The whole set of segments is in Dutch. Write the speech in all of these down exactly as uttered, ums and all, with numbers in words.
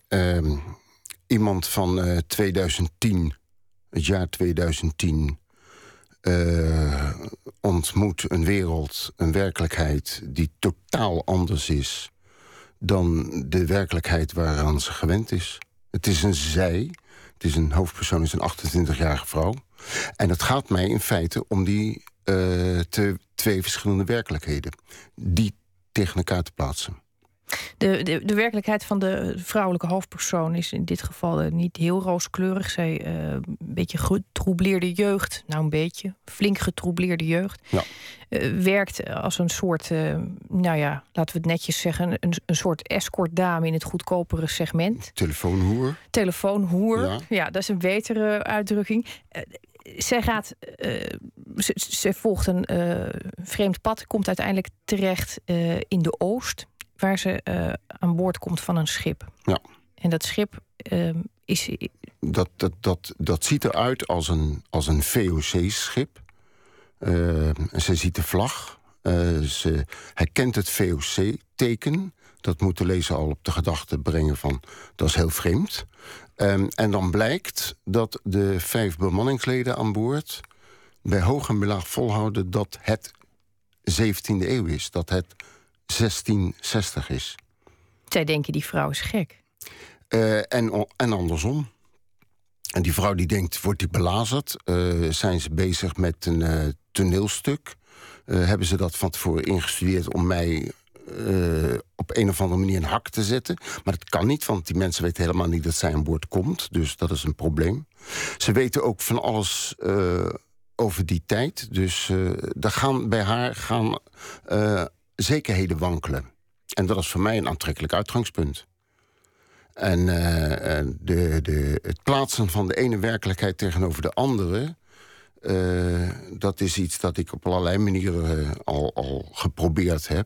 uh, iemand van uh, tweeduizend tien, het jaar tweeduizend tien... Uh, ontmoet een wereld, een werkelijkheid die totaal anders is dan de werkelijkheid waaraan ze gewend is. Het is een zij, het is een hoofdpersoon, het is een achtentwintigjarige vrouw. En het gaat mij in feite om die uh, te, twee verschillende werkelijkheden, die tegen elkaar te plaatsen. De, de, de werkelijkheid van de vrouwelijke hoofdpersoon is in dit geval uh, niet heel rooskleurig. Zij uh, een beetje getroubleerde jeugd, nou een beetje, flink getroubleerde jeugd. Ja. Uh, werkt als een soort, uh, nou ja, laten we het netjes zeggen, een, een soort escortdame in het goedkopere segment. Telefoonhoer. Telefoonhoer, ja, ja dat is een betere uitdrukking. Uh, zij gaat, uh, ze, ze volgt een uh, vreemd pad, komt uiteindelijk terecht uh, in de Oost, waar ze uh, aan boord komt van een schip. Ja. En dat schip uh, is... Dat, dat, dat, dat ziet eruit als een, als een V O C-schip. Uh, ze ziet de vlag. Uh, ze herkent het V O C-teken. Dat moet de lezer al op de gedachte brengen van, dat is heel vreemd. Um, en dan blijkt dat de vijf bemanningsleden aan boord bij hoog en bij laag volhouden dat het zeventiende eeuw is. Dat het zestien zestig is. Zij denken, die vrouw is gek. Uh, en, en andersom. En die vrouw die denkt, wordt die belazerd? Uh, zijn ze bezig met een uh, toneelstuk? Uh, hebben ze dat van tevoren ingestudeerd om mij uh, op een of andere manier een hak te zetten? Maar dat kan niet, want die mensen weten helemaal niet dat zij aan boord komt. Dus dat is een probleem. Ze weten ook van alles uh, over die tijd. Dus uh, daar gaan, bij haar gaan uh, zekerheden wankelen. En dat is voor mij een aantrekkelijk uitgangspunt. En uh, de, de, het plaatsen van de ene werkelijkheid tegenover de andere, Uh, dat is iets dat ik op allerlei manieren uh, al, al geprobeerd heb.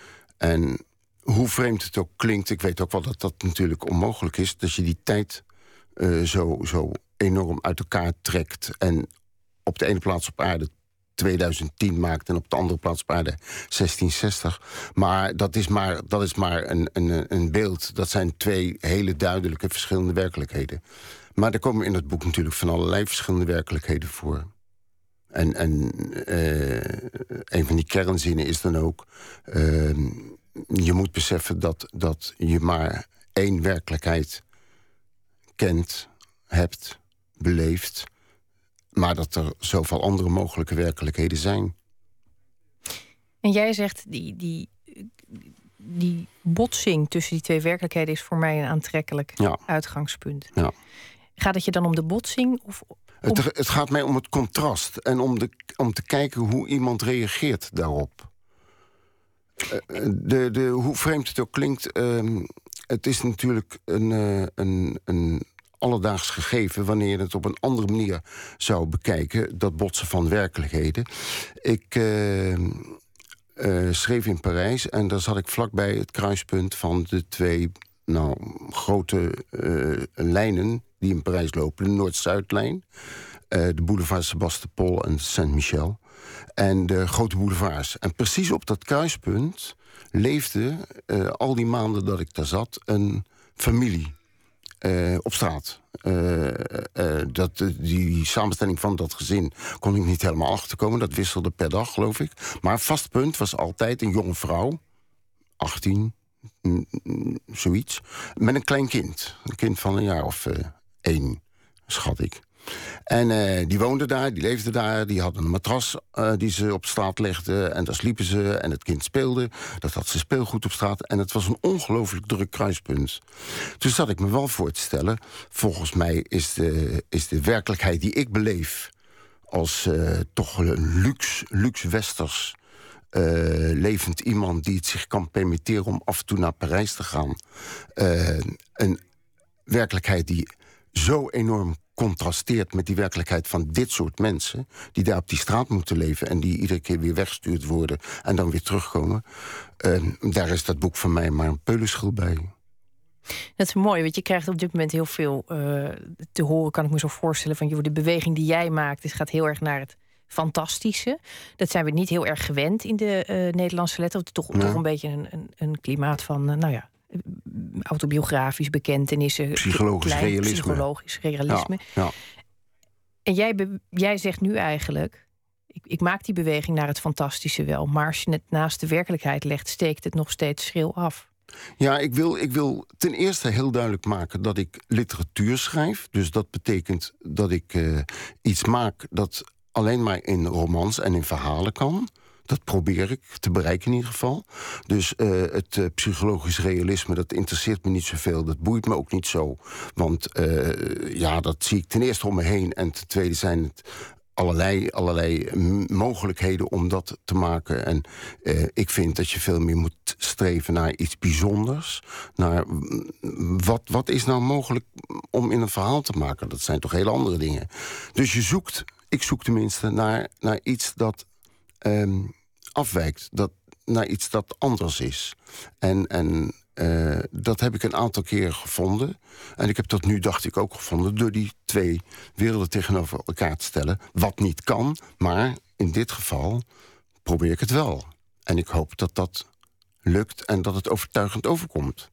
En hoe vreemd het ook klinkt, ik weet ook wel dat dat natuurlijk onmogelijk is, dat je die tijd uh, zo, zo enorm uit elkaar trekt en op de ene plaats op aarde tweeduizend tien maakt en op de andere plaats op aarde zestien zestig. Maar dat is maar, dat is maar een, een, een beeld. Dat zijn twee hele duidelijke verschillende werkelijkheden. Maar er komen in het boek natuurlijk van allerlei verschillende werkelijkheden voor. En, en uh, een van die kernzinnen is dan ook, Uh, je moet beseffen dat, dat je maar één werkelijkheid kent, hebt, beleeft, maar dat er zoveel andere mogelijke werkelijkheden zijn. En jij zegt, die, die, die botsing tussen die twee werkelijkheden is voor mij een aantrekkelijk ja. uitgangspunt. Ja. Gaat het je dan om de botsing? Of om... het, het gaat mij om het contrast en om, de, om te kijken hoe iemand reageert daarop. De, de, hoe vreemd het ook klinkt, uh, het is natuurlijk een, uh, een, een alledaags gegeven wanneer je het op een andere manier zou bekijken, dat botsen van werkelijkheden. Ik uh, uh, schreef in Parijs en daar zat ik vlakbij het kruispunt van de twee nou, grote uh, lijnen die in Parijs lopen, de Noord-Zuidlijn, uh, de boulevard Sébastopol en Saint-Michel. En de grote boulevards. En precies op dat kruispunt leefde, uh, al die maanden dat ik daar zat, een familie uh, op straat. Uh, uh, dat, uh, die samenstelling van dat gezin kon ik niet helemaal achterkomen. Dat wisselde per dag, geloof ik. Maar vast punt was altijd een jonge vrouw, achttien, mm, mm, zoiets, met een klein kind. Een kind van een jaar of uh, één, schat ik. En uh, die woonden daar, die leefden daar, die hadden een matras uh, die ze op straat legden en daar sliepen ze en het kind speelde. Dat had ze speelgoed op straat en het was een ongelooflijk druk kruispunt. Toen zat ik me wel voor te stellen, volgens mij is de, is de werkelijkheid die ik beleef als uh, toch een luxe, luxe westers uh, levend iemand die het zich kan permitteren om af en toe naar Parijs te gaan. Uh, een werkelijkheid die zo enorm contrasteert met die werkelijkheid van dit soort mensen die daar op die straat moeten leven en die iedere keer weer weggestuurd worden en dan weer terugkomen. Uh, daar is dat boek van mij maar een peulenschil bij. Dat is mooi, want je krijgt op dit moment heel veel uh, te horen, kan ik me zo voorstellen, van joh, de beweging die jij maakt, dus gaat heel erg naar het fantastische. Dat zijn we niet heel erg gewend in de uh, Nederlandse letter. Het is toch, ja. toch een beetje een, een, een klimaat van, uh, nou ja, autobiografisch bekentenissen. Psychologisch klein, realisme. Psychologisch realisme. Ja, ja. En jij, be, jij zegt nu eigenlijk... Ik, ik maak die beweging naar het fantastische wel... maar als je het naast de werkelijkheid legt... steekt het nog steeds schril af. Ja, ik wil, ik wil ten eerste heel duidelijk maken dat ik literatuur schrijf. Dus dat betekent dat ik uh, iets maak dat alleen maar in romans en in verhalen kan. Dat probeer ik te bereiken in ieder geval. Dus uh, het uh, psychologisch realisme, dat interesseert me niet zoveel. Dat boeit me ook niet zo. Want uh, ja, dat zie ik ten eerste om me heen. En ten tweede zijn het allerlei, allerlei mogelijkheden om dat te maken. En uh, ik vind dat je veel meer moet streven naar iets bijzonders. Naar wat, wat is nou mogelijk om in een verhaal te maken? Dat zijn toch hele andere dingen. Dus je zoekt, ik zoek tenminste, naar, naar iets dat Um, afwijkt, dat, naar iets dat anders is. En, en uh, dat heb ik een aantal keren gevonden. En ik heb dat nu, dacht ik, ook gevonden... door die twee werelden tegenover elkaar te stellen. Wat niet kan, maar in dit geval probeer ik het wel. En ik hoop dat dat lukt en dat het overtuigend overkomt.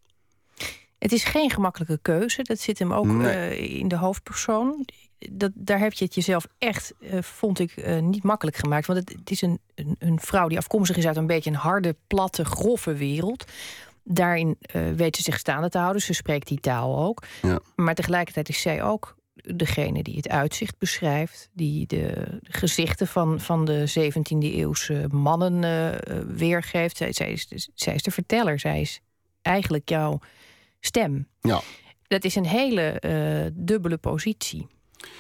Het is geen gemakkelijke keuze. Dat zit hem ook nee. uh, in de hoofdpersoon. Dat, daar heb je het jezelf echt, uh, vond ik, uh, niet makkelijk gemaakt. Want het, het is een, een, een vrouw die afkomstig is uit een beetje een harde, platte, grove wereld. Daarin uh, weet ze zich staande te houden. Ze spreekt die taal ook. Ja. Maar tegelijkertijd is zij ook degene die het uitzicht beschrijft. Die de gezichten van, van de zeventiende eeuwse mannen uh, weergeeft. Zij, zij, is, zij is de verteller. Zij is eigenlijk jouw stem. Ja. Dat is een hele uh, dubbele positie.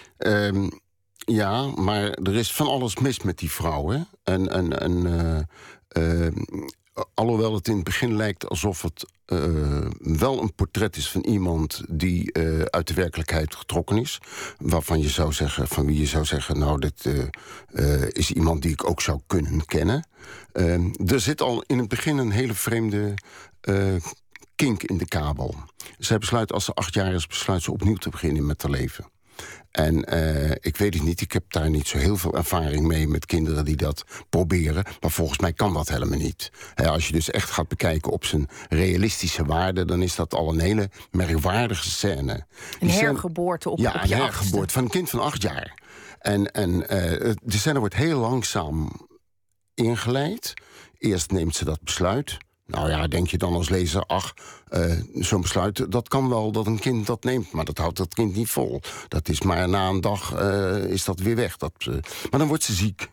Um, ja, maar er is van alles mis met die vrouw. Hè? En, en, en uh, uh, alhoewel het in het begin lijkt alsof het uh, wel een portret is van iemand die uh, uit de werkelijkheid getrokken is. Waarvan je zou zeggen, van wie je zou zeggen, nou, dit uh, uh, is iemand die ik ook zou kunnen kennen. Uh, er zit al in het begin een hele vreemde Uh, kink in de kabel. Zij besluit, als ze acht jaar is, besluit ze opnieuw te beginnen met haar leven. En uh, ik weet het niet, ik heb daar niet zo heel veel ervaring mee met kinderen die dat proberen. Maar volgens mij kan dat helemaal niet. He, als je dus echt gaat bekijken op zijn realistische waarde, dan is dat al een hele merkwaardige scène. Een hergeboorte op, ja, op je een achtste. hergeboorte van een kind van acht jaar. En, en uh, de scène wordt heel langzaam ingeleid. Eerst neemt ze dat besluit. Nou ja, denk je dan als lezer, ach, uh, zo'n besluit, dat kan wel dat een kind dat neemt, maar dat houdt dat kind niet vol. Dat is maar na een dag uh, is dat weer weg. Dat, uh, maar dan wordt ze ziek.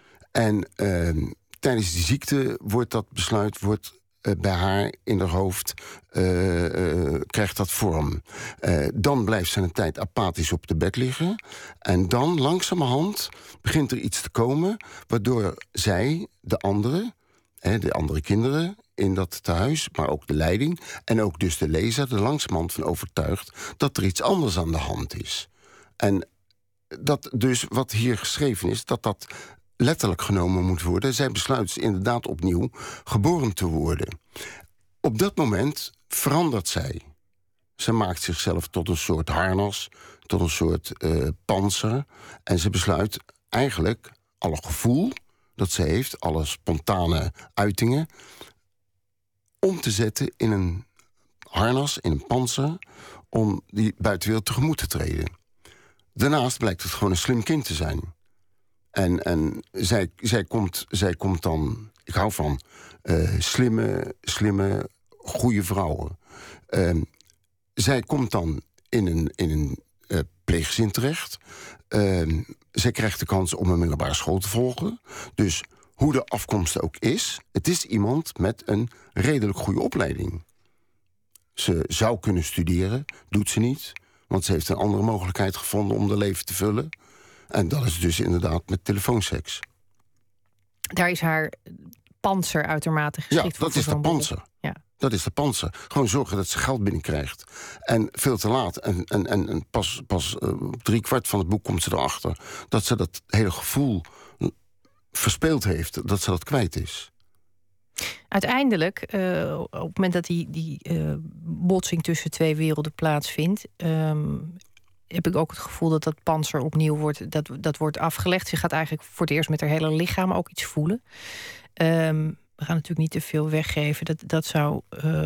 En uh, tijdens die ziekte wordt dat besluit wordt, uh, bij haar in haar hoofd, uh, uh, krijgt dat vorm. Uh, dan blijft ze een tijd apathisch op de bed liggen. En dan, langzamerhand, begint er iets te komen, waardoor zij, de anderen, hè, de andere kinderen in dat tehuis, maar ook de leiding en ook dus de lezer er langzamerhand van overtuigd dat er iets anders aan de hand is. En dat dus wat hier geschreven is, dat dat letterlijk genomen moet worden. Zij besluit inderdaad opnieuw geboren te worden. Op dat moment verandert zij. Ze maakt zichzelf tot een soort harnas, tot een soort uh, pantser. En ze besluit eigenlijk alle gevoel dat ze heeft, alle spontane uitingen, om te zetten in een harnas, in een pantser, om die buitenwereld tegemoet te treden. Daarnaast blijkt het gewoon een slim kind te zijn. En, en zij, zij, komt, zij komt dan, ik hou van uh, slimme, slimme, goede vrouwen. Uh, zij komt dan in een, in een uh, pleeggezin terecht. Uh, zij krijgt de kans om een middelbare school te volgen. Dus hoe de afkomst ook is, het is iemand met een redelijk goede opleiding. Ze zou kunnen studeren, doet ze niet, want ze heeft een andere mogelijkheid gevonden om haar leven te vullen. En dat is dus inderdaad met telefoonseks. Daar is haar pantser uitermate geschikt ja, voor. Dat is de pantser. Ja. Dat is de pantser. Gewoon zorgen dat ze geld binnenkrijgt. En veel te laat. En, en, en pas, pas uh, drie kwart van het boek komt ze erachter dat ze dat hele gevoel verspeeld heeft, dat ze dat kwijt is. Uiteindelijk, uh, op het moment dat die, die uh, botsing tussen twee werelden plaatsvindt, Um, heb ik ook het gevoel dat dat pantser opnieuw wordt, dat, dat wordt afgelegd. Ze gaat eigenlijk voor het eerst met haar hele lichaam ook iets voelen. Um, we gaan natuurlijk niet te veel weggeven. Dat, dat zou um,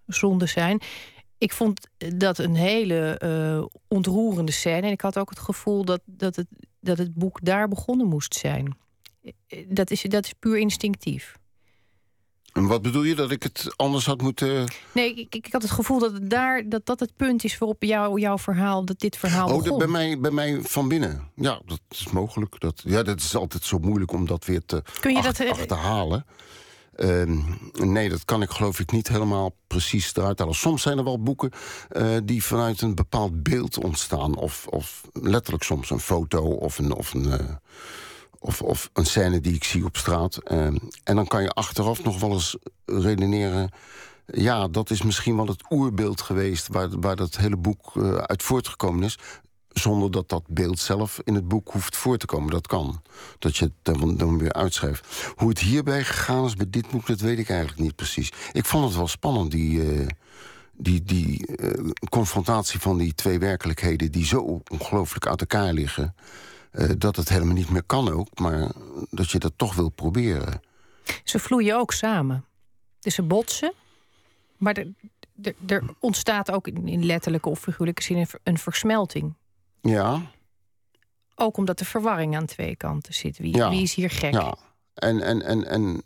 zonden zijn. Ik vond dat een hele uh, ontroerende scène. En ik had ook het gevoel dat, dat, het, dat het boek daar begonnen moest zijn. Dat is, dat is puur instinctief. En wat bedoel je, dat ik het anders had moeten... Nee, ik, ik had het gevoel dat het daar dat, dat het punt is waarop jou, jouw verhaal, dat dit verhaal oh, begon. bij mij, bij mij van binnen. Ja, dat is mogelijk. Dat, ja, dat is altijd zo moeilijk om dat weer te Kun je ach, dat, achterhalen. Uh, nee, dat kan ik geloof ik niet helemaal precies eruit halen. Soms zijn er wel boeken uh, die vanuit een bepaald beeld ontstaan. Of, of letterlijk soms een foto of een... Of een uh, Of, of een scène die ik zie op straat. Uh, en dan kan je achteraf nog wel eens redeneren... ja, dat is misschien wel het oerbeeld geweest... waar, waar dat hele boek uh, uit voortgekomen is... zonder dat dat beeld zelf in het boek hoeft voor te komen. Dat kan. Dat je het dan, dan weer uitschrijft. Hoe het hierbij gegaan is bij dit boek... dat weet ik eigenlijk niet precies. Ik vond het wel spannend, die... Uh, die, die uh, confrontatie van die twee werkelijkheden... die zo ongelooflijk uit elkaar liggen... Uh, dat het helemaal niet meer kan ook, maar dat je dat toch wil proberen. Ze vloeien ook samen. Dus ze botsen, maar er, er, er ontstaat ook in, in letterlijke of figuurlijke zin een versmelting. Ja. Ook omdat de verwarring aan twee kanten zit. Wie, ja. wie is hier gek? Ja, en, en, en, en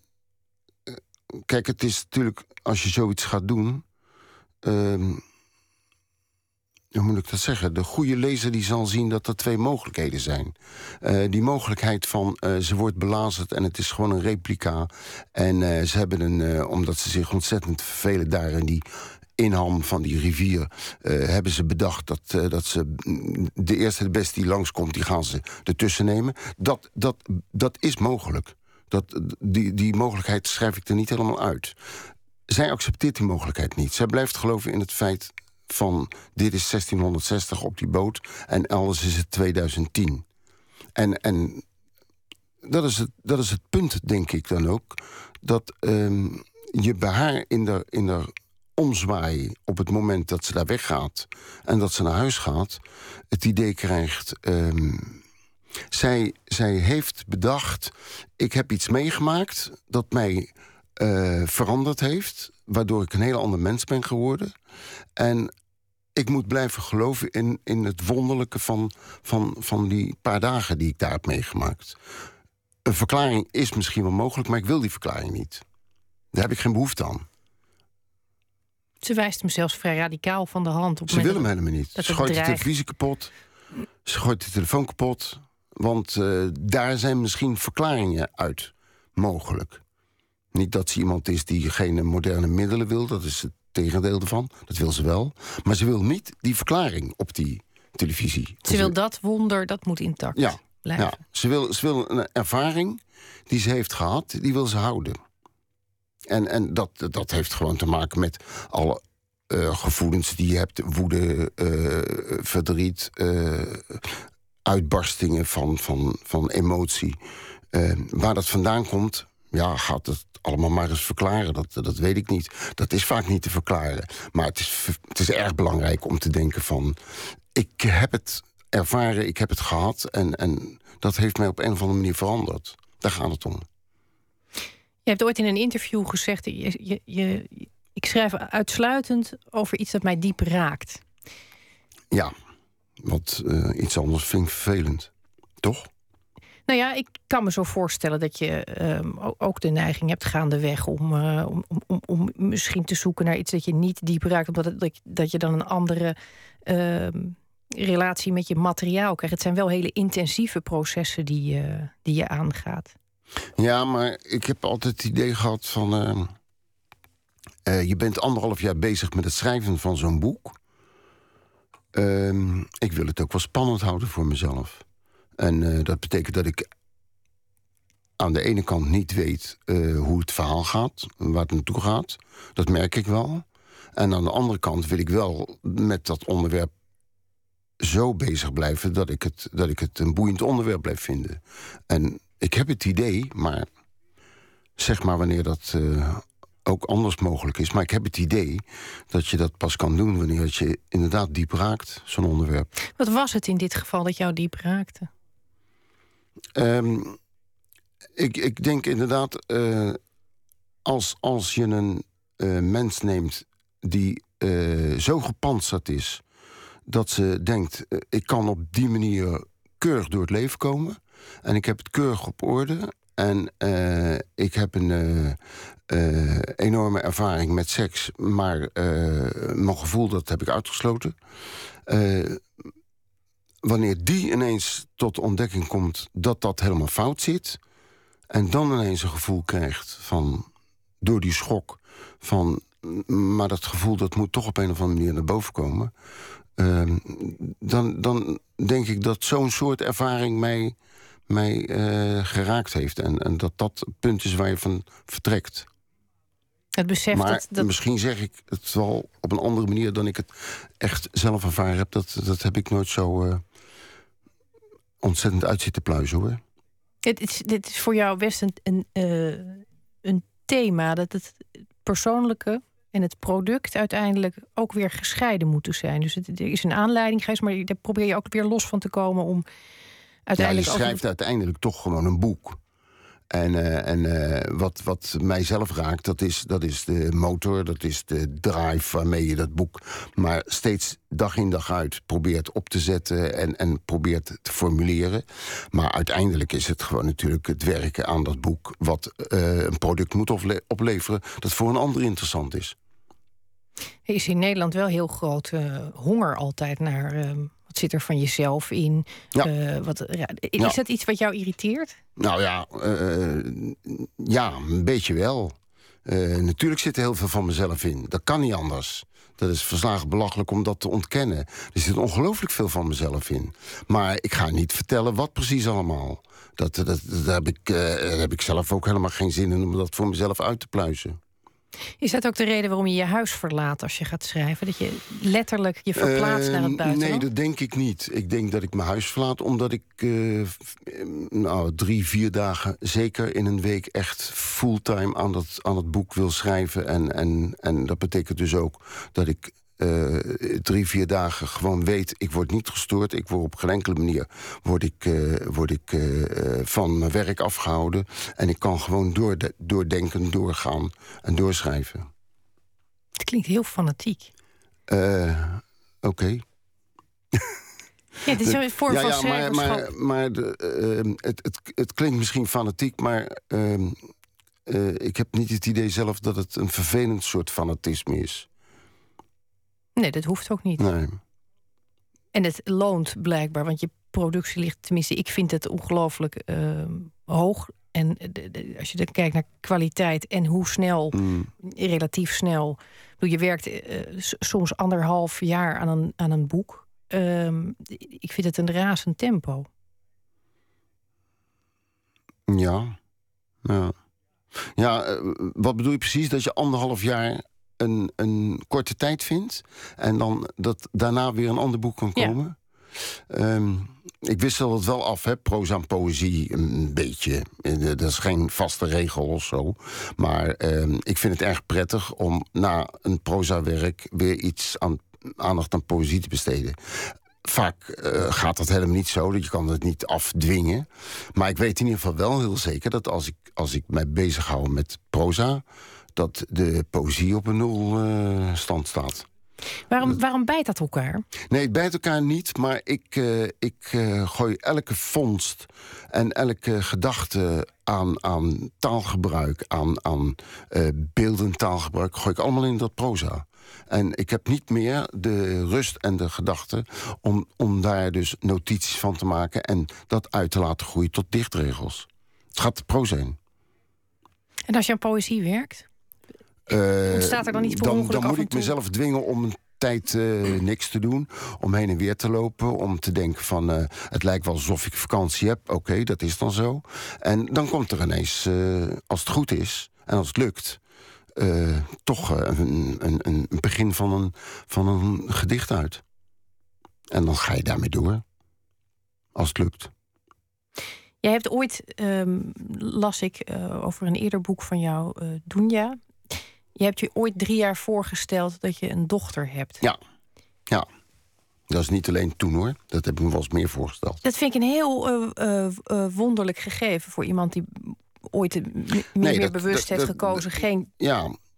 kijk, het is natuurlijk, als je zoiets gaat doen... Uh, hoe moet ik dat zeggen? De goede lezer die zal zien dat er twee mogelijkheden zijn. Uh, die mogelijkheid van uh, ze wordt belazerd en het is gewoon een replica. En uh, ze hebben een, uh, omdat ze zich ontzettend vervelen daar in die inham van die rivier... Uh, hebben ze bedacht dat, uh, dat ze de eerste de beste die langskomt... die gaan ze ertussen nemen. Dat, dat, dat is mogelijk. Dat, die, die mogelijkheid schrijf ik er niet helemaal uit. Zij accepteert die mogelijkheid niet. Zij blijft geloven in het feit... van dit is zestienhonderdzestig op die boot... en elders is het tweeduizend tien. En, en dat, is het, dat is het punt, denk ik dan ook... dat um, je bij haar in de, in de omzwaai... op het moment dat ze daar weggaat... en dat ze naar huis gaat... het idee krijgt... Um, zij, zij heeft bedacht... ik heb iets meegemaakt dat mij uh, veranderd heeft... waardoor ik een heel ander mens ben geworden... En ik moet blijven geloven in, in het wonderlijke van, van, van die paar dagen die ik daar heb meegemaakt. Een verklaring is misschien wel mogelijk, maar ik wil die verklaring niet. Daar heb ik geen behoefte aan. Ze wijst hem zelfs vrij radicaal van de hand. Op Ze wil hem helemaal niet. Ze gooit dreigt. de televisie kapot. Ze gooit de telefoon kapot. Want uh, daar zijn misschien verklaringen uit mogelijk. Niet dat ze iemand is die geen moderne middelen wil. Dat is het tegendeel ervan. Dat wil ze wel. Maar ze wil niet die verklaring op die televisie. Ze wil dat wonder, dat moet intact ja, blijven. Ja. Ze, wil, ze wil een ervaring die ze heeft gehad, die wil ze houden. En, en dat, dat heeft gewoon te maken met alle uh, gevoelens die je hebt. Woede, uh, verdriet, uh, uitbarstingen van, van, van emotie. Uh, waar dat vandaan komt, ja, gaat het allemaal maar eens verklaren. Dat, dat weet ik niet. Dat is vaak niet te verklaren. Maar het is, het is erg belangrijk om te denken van... ik heb het ervaren, ik heb het gehad... en, en dat heeft mij op een of andere manier veranderd. Daar gaat het om. Je hebt ooit in een interview gezegd... Je, je, je, ik schrijf uitsluitend over iets dat mij diep raakt. Ja, want uh, iets anders vind ik vervelend. Toch? Nou ja, ik kan me zo voorstellen dat je um, ook de neiging hebt gaandeweg... Om, uh, om, om, om misschien te zoeken naar iets dat je niet diep raakt... omdat het, dat, dat je dan een andere uh, relatie met je materiaal krijgt. Het zijn wel hele intensieve processen die, uh, die je aangaat. Ja, maar ik heb altijd het idee gehad van... Uh, uh, je bent anderhalf jaar bezig met het schrijven van zo'n boek. Uh, ik wil het ook wel spannend houden voor mezelf. En uh, dat betekent dat ik aan de ene kant niet weet uh, hoe het verhaal gaat, waar het naartoe gaat. Dat merk ik wel. En aan de andere kant wil ik wel met dat onderwerp zo bezig blijven... dat ik het, dat ik het een boeiend onderwerp blijf vinden. En ik heb het idee, maar zeg maar wanneer dat uh, ook anders mogelijk is... maar ik heb het idee dat je dat pas kan doen... wanneer het je inderdaad diep raakt, zo'n onderwerp. Wat was het in dit geval dat jou diep raakte? Um, ik, ik denk inderdaad, uh, als, als je een uh, mens neemt die uh, zo gepantserd is dat ze denkt, uh, ik kan op die manier keurig door het leven komen. En ik heb het keurig op orde. En uh, ik heb een uh, uh, enorme ervaring met seks, maar uh, mijn gevoel, dat heb ik uitgesloten. Uh, wanneer die ineens tot de ontdekking komt dat dat helemaal fout zit, en dan ineens een gevoel krijgt van, door die schok, van, maar dat gevoel dat moet toch op een of andere manier naar boven komen. Uh, dan, dan denk ik dat zo'n soort ervaring mij, mij uh, geraakt heeft. En, en dat dat het punt is waar je van vertrekt. Het besef maar dat, dat... misschien zeg ik het wel op een andere manier dan ik het echt zelf ervaren heb. Dat, dat heb ik nooit zo uh, ontzettend uit zitten pluizen, hoor. Dit is, dit is voor jou best een, een, uh, een thema, dat het persoonlijke en het product uiteindelijk ook weer gescheiden moeten zijn. Dus het, er is een aanleiding geweest, maar daar probeer je ook weer los van te komen om uiteindelijk... Ja, je schrijft over... uiteindelijk toch gewoon een boek. En, uh, en uh, wat, wat mij zelf raakt, dat is, dat is de motor, dat is de drive waarmee je dat boek maar steeds dag in dag uit probeert op te zetten en, en probeert te formuleren. Maar uiteindelijk is het gewoon natuurlijk het werken aan dat boek wat uh, een product moet ople- opleveren dat voor een ander interessant is. Er is in Nederland wel heel groot uh, honger altijd naar... Uh... Wat zit er van jezelf in? Ja. Uh, wat, ja, is ja. dat iets wat jou irriteert? Nou ja, uh, ja, een beetje wel. Uh, natuurlijk zit er heel veel van mezelf in. Dat kan niet anders. Dat is verslagen belachelijk om dat te ontkennen. Er zit ongelooflijk veel van mezelf in. Maar ik ga niet vertellen wat precies allemaal. Dat, dat, dat, daar, heb ik, uh, daar heb ik zelf ook helemaal geen zin in om dat voor mezelf uit te pluizen. Is dat ook de reden waarom je je huis verlaat als je gaat schrijven? Dat je letterlijk je verplaatst uh, naar het buitenland? Nee, dat denk ik niet. Ik denk dat ik mijn huis verlaat omdat ik uh, nou, drie, vier dagen zeker in een week echt fulltime aan, dat, aan het boek wil schrijven. En, en, en dat betekent dus ook dat ik uh, drie, vier dagen gewoon weet, ik word niet gestoord. Ik word op geen enkele manier word ik, uh, word ik, uh, van mijn werk afgehouden. En ik kan gewoon doorde, doordenken, doorgaan en doorschrijven. Het klinkt heel fanatiek. Uh, Oké. Okay. Ja, dit is een vorm ja, van ja, schrijverschap. Maar, maar, maar de, uh, het, het, het klinkt misschien fanatiek, maar uh, uh, ik heb niet het idee zelf dat het een vervelend soort fanatisme is. Nee, dat hoeft ook niet. Nee. En het loont blijkbaar, want je productie ligt, tenminste, ik vind het ongelooflijk uh, hoog. En de, de, als je dan kijkt naar kwaliteit en hoe snel, mm. relatief snel, je werkt uh, soms anderhalf jaar aan een, aan een boek. Um, ik vind het een razend tempo. Ja. Ja, ja uh, wat bedoel je precies? Dat je anderhalf jaar een, een korte tijd vindt en dan dat daarna weer een ander boek kan komen? Ja. Um, ik wissel het wel af, hè, proza en poëzie, een beetje. Dat is geen vaste regel of zo. Maar um, ik vind het erg prettig om na een prozawerk weer iets aan aandacht aan poëzie te besteden. Vaak uh, gaat dat helemaal niet zo, dat je kan het niet afdwingen. Maar ik weet in ieder geval wel heel zeker dat als ik, als ik mij bezighoud met proza, dat de poëzie op een nul uh, stand staat. Waarom, waarom bijt dat elkaar? Nee, het bijt elkaar niet, maar ik, uh, ik uh, gooi elke vondst en elke gedachte aan, aan taalgebruik, aan, aan uh, beeldend taalgebruik, gooi ik allemaal in dat proza. En ik heb niet meer de rust en de gedachte om, om daar dus notities van te maken en dat uit te laten groeien tot dichtregels. Het gaat de proza in. En als je aan poëzie werkt? Uh, ontstaat er dan niet per dan, ongeluk dan moet af en ik toe? mezelf dwingen om een tijd uh, niks te doen, om heen en weer te lopen, om te denken van uh, het lijkt wel alsof ik vakantie heb. Oké, okay, dat is dan zo. En dan komt er ineens, uh, als het goed is en als het lukt, Uh, toch uh, een, een, een begin van een, van een gedicht uit. En dan ga je daarmee door. Als het lukt. Jij hebt ooit, um, las ik uh, over een eerder boek van jou, uh, Dunja. Je hebt je ooit drie jaar voorgesteld dat je een dochter hebt. Ja, ja. Dat is niet alleen toen, hoor. Dat heb ik me wel eens meer voorgesteld. Dat vind ik een heel uh, uh, uh, wonderlijk gegeven voor iemand die ooit meer, nee, meer dat, bewust dat, heeft dat, gekozen. Dat, geen ja,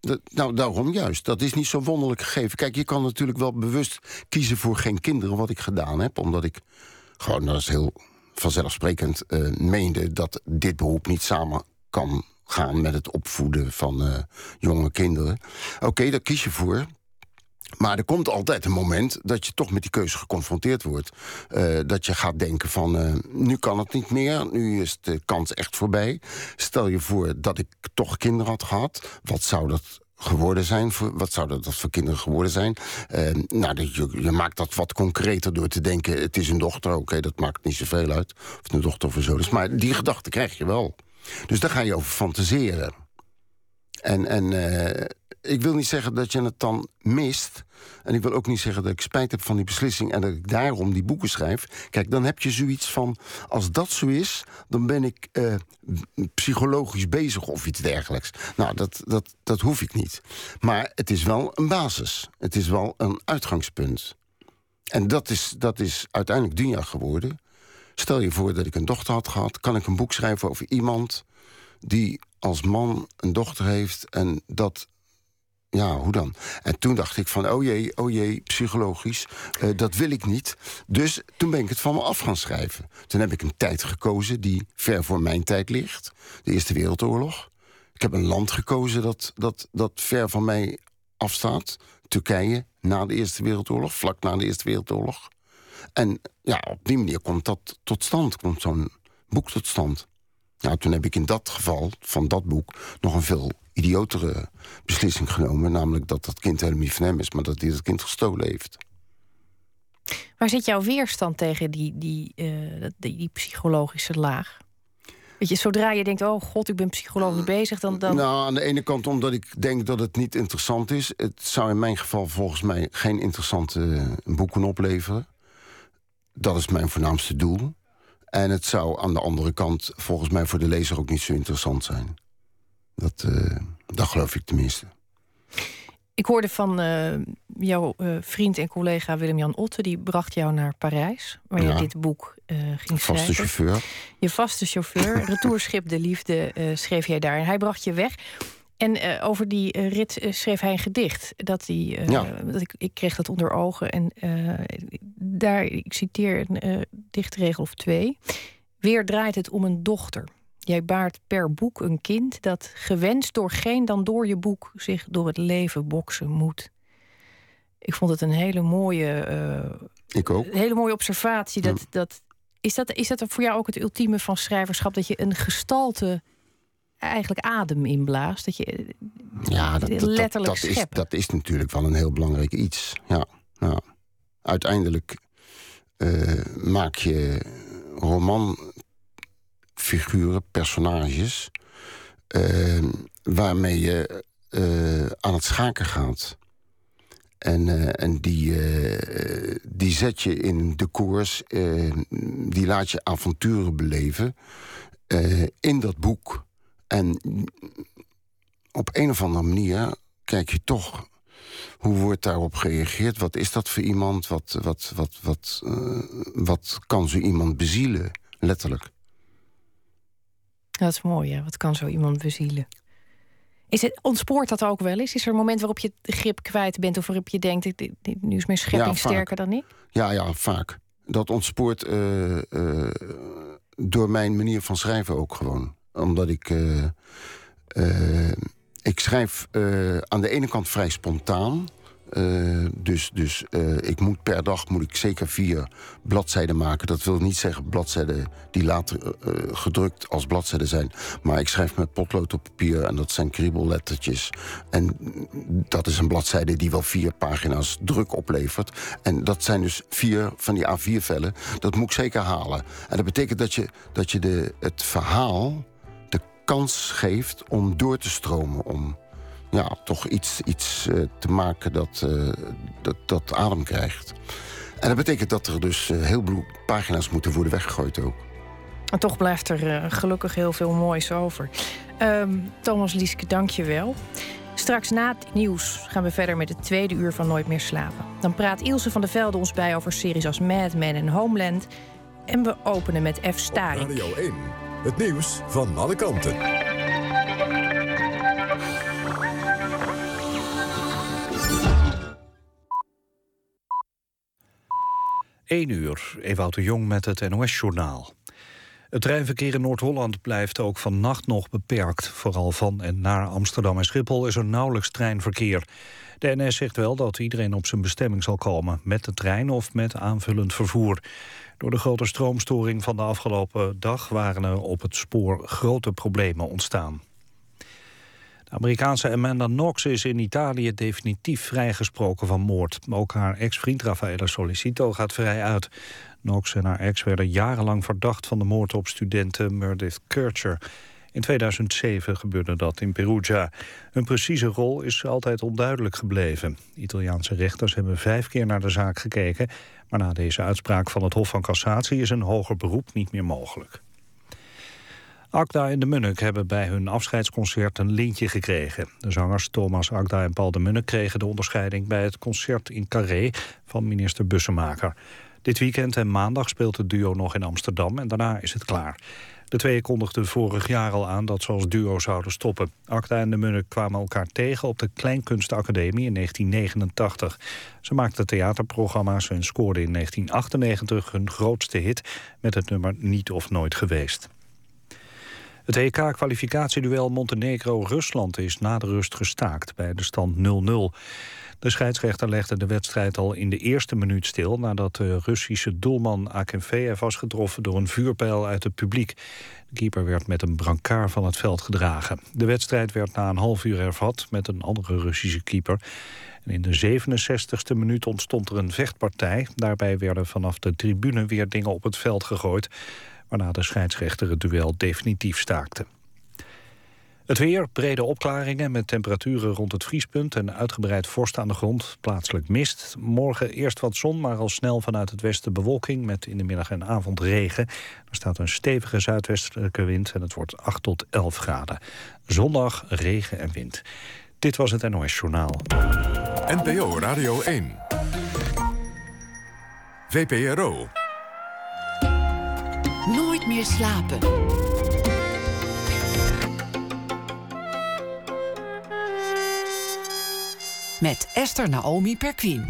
dat, nou, daarom juist. Dat is niet zo wonderlijk gegeven. Kijk, je kan natuurlijk wel bewust kiezen voor geen kinderen, wat ik gedaan heb. Omdat ik gewoon, dat is heel vanzelfsprekend, uh, meende dat dit beroep niet samen kan gaan met het opvoeden van uh, jonge kinderen. Oké, okay, daar kies je voor. Maar er komt altijd een moment dat je toch met die keuze geconfronteerd wordt. Uh, dat je gaat denken van, uh, nu kan het niet meer. Nu is de kans echt voorbij. Stel je voor dat ik toch kinderen had gehad. Wat zou dat geworden zijn? Voor, wat zou dat voor kinderen geworden zijn? Uh, nou, je, je maakt dat wat concreter door te denken, het is een dochter. Oké, okay, dat maakt niet zoveel uit. Of het een dochter of een zoon is. Maar die gedachte krijg je wel. Dus daar ga je over fantaseren. En... en uh, ik wil niet zeggen dat je het dan mist. En ik wil ook niet zeggen dat ik spijt heb van die beslissing en dat ik daarom die boeken schrijf. Kijk, dan heb je zoiets van, als dat zo is, dan ben ik uh, psychologisch bezig of iets dergelijks. Nou, dat, dat, dat hoef ik niet. Maar het is wel een basis. Het is wel een uitgangspunt. En dat is, dat is uiteindelijk Dunja geworden. Stel je voor dat ik een dochter had gehad, kan ik een boek schrijven over iemand die als man een dochter heeft en dat... Ja, hoe dan? En toen dacht ik van, oh jee, oh jee, psychologisch, uh, dat wil ik niet. Dus toen ben ik het van me af gaan schrijven. Toen heb ik een tijd gekozen die ver voor mijn tijd ligt. De Eerste Wereldoorlog. Ik heb een land gekozen dat, dat, dat ver van mij afstaat. Turkije, na de Eerste Wereldoorlog, vlak na de Eerste Wereldoorlog. En ja, op die manier komt dat tot stand, komt zo'n boek tot stand. Nou, toen heb ik in dat geval, van dat boek, nog een veel idiotere beslissing genomen. Namelijk dat dat kind helemaal niet van hem is, maar dat hij dat kind gestolen heeft. Waar zit jouw weerstand tegen die, die, uh, die, die psychologische laag? Weet je, zodra je denkt, oh god, ik ben psychologisch bezig, dan, dan... Nou, aan de ene kant omdat ik denk dat het niet interessant is. Het zou in mijn geval volgens mij geen interessante boeken opleveren. Dat is mijn voornaamste doel. En het zou aan de andere kant volgens mij voor de lezer ook niet zo interessant zijn. Dat, uh, dat geloof ik tenminste. Ik hoorde van uh, jouw uh, vriend en collega Willem-Jan Otte. Die bracht jou naar Parijs, waar ja. je dit boek uh, ging schrijven. Vaste chauffeur. Je vaste chauffeur. Retourschip de Liefde uh, schreef jij daar. En hij bracht je weg. En uh, over die uh, rit uh, schreef hij een gedicht. Dat die, uh, ja. dat ik, ik kreeg dat onder ogen. En uh, daar, ik citeer een uh, dichtregel of twee. Weer draait het om een dochter. Jij baart per boek een kind dat gewenst door geen dan door je boek zich door het leven boksen moet. Ik vond het een hele mooie, uh, ik ook. Een hele mooie observatie. Dat, ja. dat, is, dat, is dat voor jou ook het ultieme van schrijverschap? Dat je een gestalte eigenlijk adem inblaast? Dat je ja, dat, letterlijk dat, dat, is, dat is natuurlijk wel een heel belangrijk iets. Ja, ja. Uiteindelijk uh, maak je roman... figuren, personages, uh, waarmee je uh, aan het schaken gaat. En, uh, en die, uh, die zet je in de koers, uh, die laat je avonturen beleven uh, in dat boek. En op een of andere manier kijk je toch, hoe wordt daarop gereageerd? Wat is dat voor iemand? Wat, wat, wat, wat, uh, wat kan zo iemand bezielen, letterlijk? Dat is mooi, ja. Wat kan zo iemand bezielen? Is het, ontspoort dat ook wel eens? Is er een moment waarop je de grip kwijt bent... of waarop je denkt, dit, dit, nu is mijn schepping ja, sterker dan ik? Ja, ja, vaak. Dat ontspoort uh, uh, door mijn manier van schrijven ook gewoon. Omdat ik... Uh, uh, ik schrijf uh, aan de ene kant vrij spontaan... Uh, dus dus uh, ik moet per dag moet ik zeker vier bladzijden maken. Dat wil niet zeggen bladzijden die later uh, gedrukt als bladzijden zijn. Maar ik schrijf met potlood op papier en dat zijn kriebellettertjes. En dat is een bladzijde die wel vier pagina's druk oplevert. En dat zijn dus vier van die A vier vellen. Dat moet ik zeker halen. En dat betekent dat je, dat je de, het verhaal de kans geeft om door te stromen, om... ja, toch iets, iets uh, te maken dat, uh, dat, dat adem krijgt. En dat betekent dat er dus uh, heel veel pagina's moeten worden weggegooid ook. En toch blijft er uh, gelukkig heel veel moois over. Um, Thomas Lieske, dank je wel. Straks na het nieuws gaan we verder met het tweede uur van Nooit meer slapen. Dan praat Ilse van der Velde ons bij over series als Mad Men en Homeland. En we openen met F. Staring. Radio één, het nieuws van alle kanten. één uur, Ewout de Jong met het N O S-journaal. Het treinverkeer in Noord-Holland blijft ook vannacht nog beperkt. Vooral van en naar Amsterdam en Schiphol is er nauwelijks treinverkeer. De N S zegt wel dat iedereen op zijn bestemming zal komen, met de trein of met aanvullend vervoer. Door de grote stroomstoring van de afgelopen dag waren er op het spoor grote problemen ontstaan. De Amerikaanse Amanda Knox is in Italië definitief vrijgesproken van moord. Ook haar ex-vriend Raffaele Solicito gaat vrij uit. Knox en haar ex werden jarenlang verdacht van de moord op studente Meredith Kercher. In tweeduizend zeven gebeurde dat in Perugia. Hun precieze rol is altijd onduidelijk gebleven. Italiaanse rechters hebben vijf keer naar de zaak gekeken, maar na deze uitspraak van het Hof van Cassatie is een hoger beroep niet meer mogelijk. Akda en de Munnik hebben bij hun afscheidsconcert een lintje gekregen. De zangers Thomas Akda en Paul de Munnik kregen de onderscheiding bij het concert in Carré van minister Bussemaker. Dit weekend en maandag speelt het duo nog in Amsterdam en daarna is het klaar. De twee kondigden vorig jaar al aan dat ze als duo zouden stoppen. Akda en de Munnik kwamen elkaar tegen op de Kleinkunstacademie in negentien negenentachtig. Ze maakten theaterprogramma's en scoorden in negentien achtennegentig hun grootste hit met het nummer Niet of Nooit Geweest. Het E K-kwalificatieduel Montenegro-Rusland is na de rust gestaakt bij de stand nul nul. De scheidsrechter legde de wedstrijd al in de eerste minuut stil nadat de Russische doelman Akinfeev was getroffen door een vuurpijl uit het publiek. De keeper werd met een brancard van het veld gedragen. De wedstrijd werd na een half uur hervat met een andere Russische keeper. En in de zevenenzestigste minuut ontstond er een vechtpartij. Daarbij werden vanaf de tribune weer dingen op het veld gegooid, waarna de scheidsrechter het duel definitief staakte. Het weer, brede opklaringen met temperaturen rond het vriespunt en uitgebreid vorst aan de grond, plaatselijk mist. Morgen eerst wat zon, maar al snel vanuit het westen bewolking met in de middag en avond regen. Er staat een stevige zuidwestelijke wind en het wordt acht tot elf graden. Zondag regen en wind. Dit was het N O S-journaal. N P O Radio één. V P R O. Nooit meer slapen. Met Esther Naomi Perquin.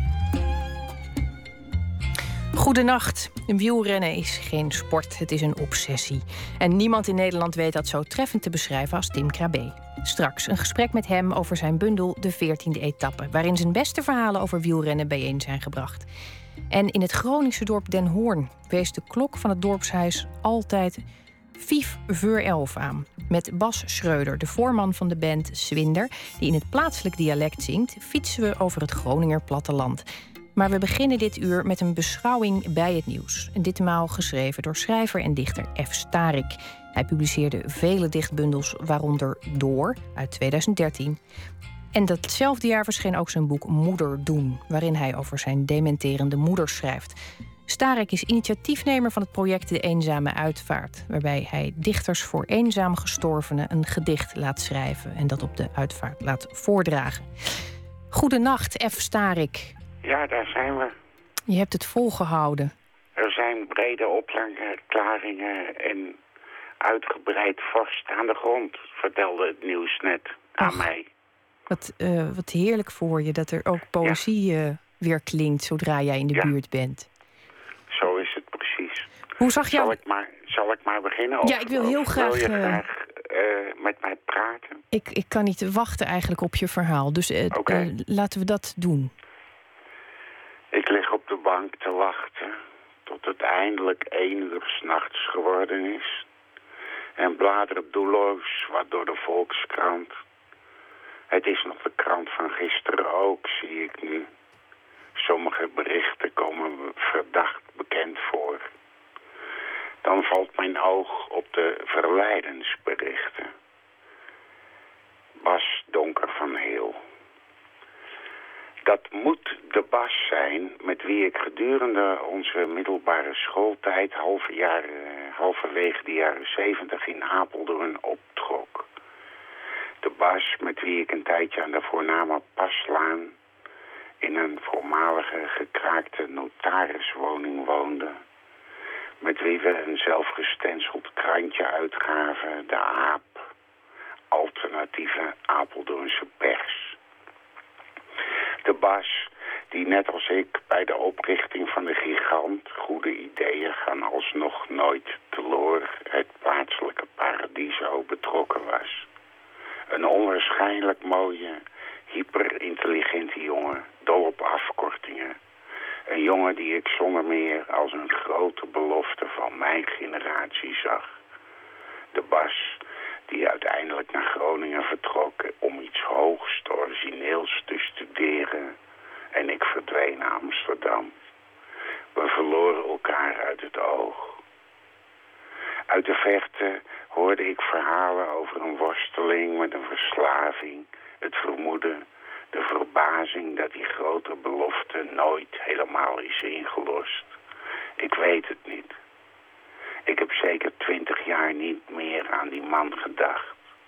Goedenacht. Wielrennen is geen sport, het is een obsessie. En niemand in Nederland weet dat zo treffend te beschrijven als Tim Krabbe. Straks een gesprek met hem over zijn bundel De veertiende etappe, waarin zijn beste verhalen over wielrennen bijeen zijn gebracht. En in het Groningse dorp Den Hoorn wees de klok van het dorpshuis altijd vijf voor elf aan. Met Bas Schreuder, de voorman van de band Zwinder, die in het plaatselijk dialect zingt, fietsen we over het Groninger platteland. Maar we beginnen dit uur met een beschouwing bij het nieuws. En ditmaal geschreven door schrijver en dichter F. Starik. Hij publiceerde vele dichtbundels, waaronder Door uit tweeduizend dertien. En datzelfde jaar verscheen ook zijn boek Moeder doen, waarin hij over zijn dementerende moeder schrijft. Starik is initiatiefnemer van het project De Eenzame Uitvaart, waarbij hij dichters voor eenzaam gestorvenen een gedicht laat schrijven en dat op de uitvaart laat voordragen. Goedenacht, F. Starik. Ja, daar zijn we. Je hebt het volgehouden. Er zijn brede opklaringen en uitgebreid vorst aan de grond, vertelde het nieuws net aan Ach, mij. Wat, uh, wat heerlijk voor je dat er ook poëzie ja. uh, weer klinkt zodra jij in de ja. buurt bent. Zo is het precies. Hoe zag jij... Zal ik maar, zal ik maar beginnen? Of, ja, ik wil heel of graag... Wil je uh... graag uh, met mij praten? Ik, ik kan niet wachten eigenlijk op je verhaal. Dus uh, okay. uh, laten we dat doen. Ik lig op de bank te wachten tot het eindelijk één uur 's nachts geworden is. En blader doelloos wat door de Volkskrant. Het is nog de krant van gisteren ook, zie ik nu. Sommige berichten komen me verdacht bekend voor. Dan valt mijn oog op de verlijdensberichten. Bas Donker van Heel. Dat moet de Bas zijn met wie ik gedurende onze middelbare schooltijd halve jaren, halverwege de jaren zeventig in Apeldoorn optrok. De Bas met wie ik een tijdje aan de voorname Paslaan in een voormalige gekraakte notariswoning woonde. Met wie we een zelfgestenseld krantje uitgaven, de Aap, alternatieve Apeldoornse pers. De Bas die net als ik bij de oprichting van de Gigant onwaarschijnlijk mooie, hyperintelligente jongen, dol op afkortingen. Een jongen die ik zonder meer als een grote belofte van mijn generatie zag. De Bas, die uiteindelijk naar Groningen vertrok om iets hoogst origineels te studeren. En ik verdween naar Amsterdam. We verloren elkaar uit het oog. Uit de verte hoorde ik verhalen over een worsteling met een verslaving, het vermoeden, de verbazing dat die grote belofte nooit helemaal is ingelost. Ik weet het niet. Ik heb zeker twintig jaar niet meer aan die man gedacht.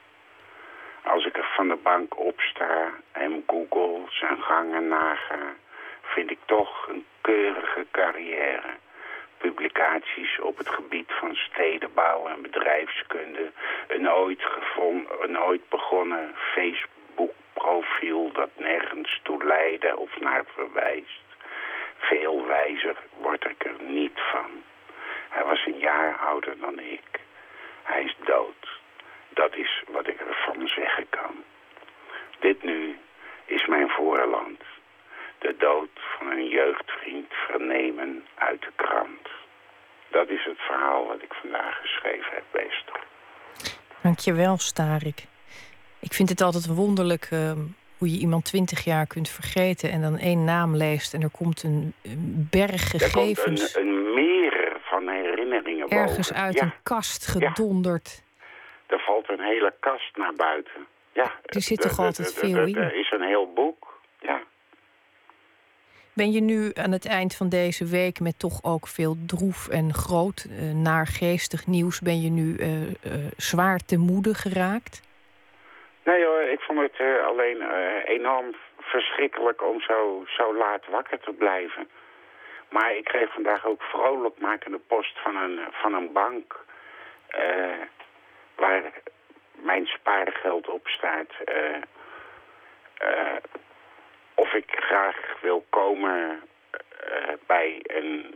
Als ik er van de bank opsta, hem google, zijn gangen naga, vind ik toch een keurige carrière. Publicaties op het gebied van stedenbouw en bedrijfskunde. Een ooit, gevonden, een ooit begonnen Facebook-profiel dat nergens toe leidde of naar verwijst. Veel wijzer word ik er niet van. Hij was een jaar ouder dan ik. Hij is dood. Dat is wat ik ervan zeggen kan. Dit nu is mijn voorland. De dood van een jeugdvriend vernemen uit de krant. Dat is het verhaal wat ik vandaag geschreven heb, Esther. Dankjewel, Starik. Ik vind het altijd wonderlijk uh, hoe je iemand twintig jaar kunt vergeten en dan één naam leest en er komt een, een berg gegevens. Er komt een, een meer van herinneringen ergens boven. uit Ja. een kast gedonderd. Ja. Er valt een hele kast naar buiten. Ja. Er zit toch er, altijd er, veel er, in. Er is een heel boek, ja. Ben je nu aan het eind van deze week met toch ook veel droef en groot, uh, naargeestig nieuws, ben je nu uh, uh, zwaar te moede geraakt? Nee hoor, ik vond het uh, alleen uh, enorm verschrikkelijk om zo, zo laat wakker te blijven. Maar ik kreeg vandaag ook vrolijkmakende post van een, van een bank uh, waar mijn spaargeld op staat. Uh, uh, of ik graag wil komen uh, bij een,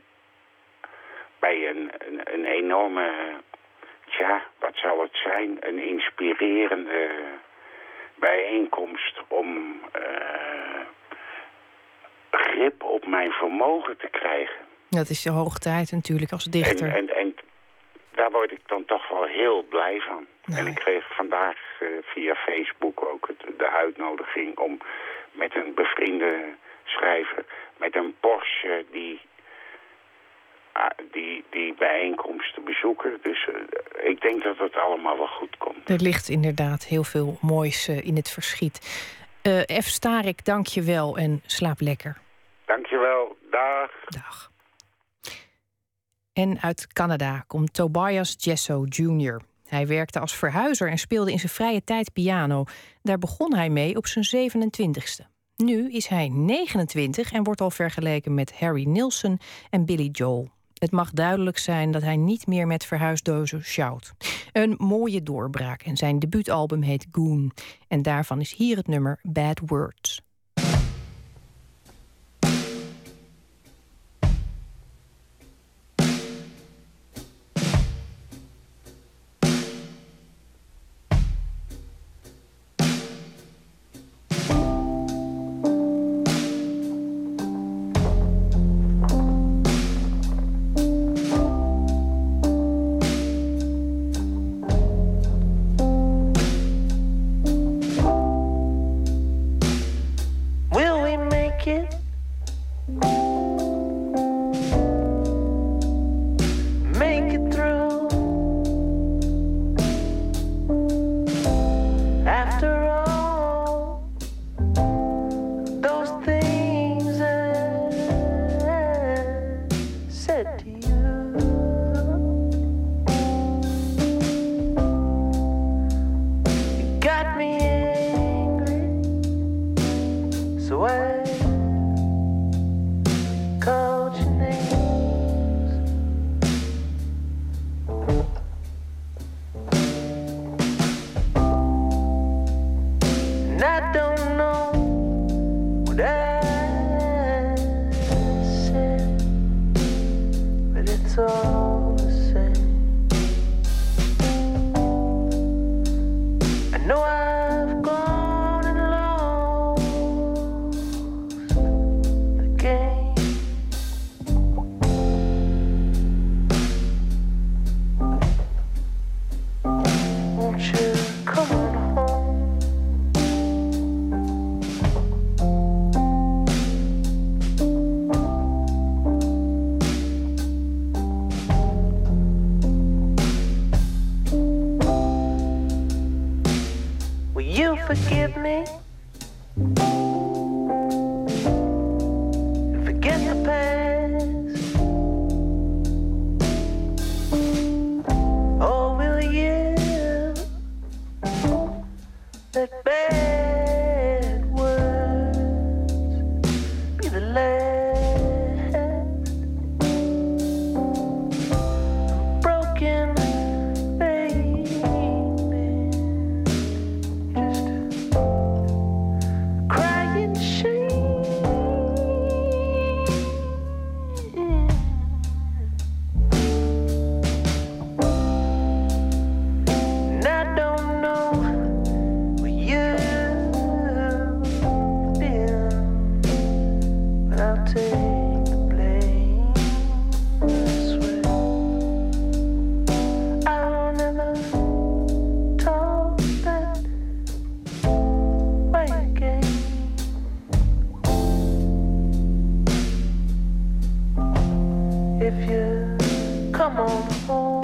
bij een, een, een enorme, tja, wat zal het zijn, een inspirerende bijeenkomst om uh, grip op mijn vermogen te krijgen. Dat is de hoog tijd natuurlijk als dichter. En, en, en daar word ik dan toch wel heel blij van. Nee. En ik kreeg vandaag uh, via Facebook ook het, de uitnodiging om met een bevriende schrijver, met een Porsche, die, uh, die, die bijeenkomst te bezoeken. Dus uh, ik denk dat het allemaal wel goed komt. Er ligt inderdaad heel veel moois uh, in het verschiet. Uh, F. Starik, dank je wel en slaap lekker. Dank je wel. Dag. Dag. En uit Canada komt Tobias Jesso junior Hij werkte als verhuizer en speelde in zijn vrije tijd piano. Daar begon hij mee op zijn zevenentwintigste. Nu is hij negenentwintig en wordt al vergeleken met Harry Nilsson en Billy Joel. Het mag duidelijk zijn dat hij niet meer met verhuisdozen sjouwt. Een mooie doorbraak en zijn debuutalbum heet Goon. En daarvan is hier het nummer Bad Words. Come on home.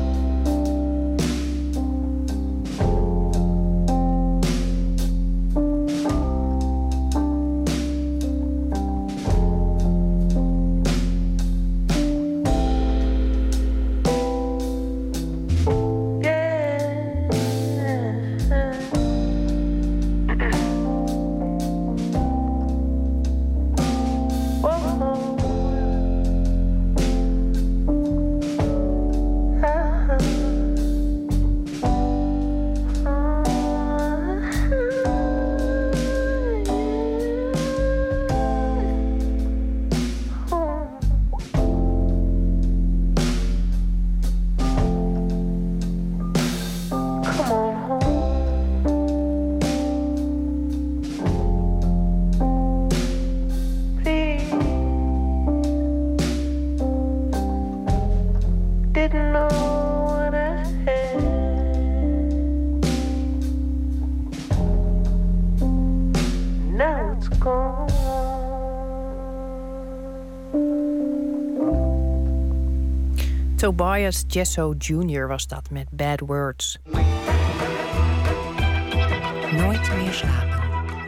Tobias Jesso junior was dat met Bad Words. Nooit meer slapen.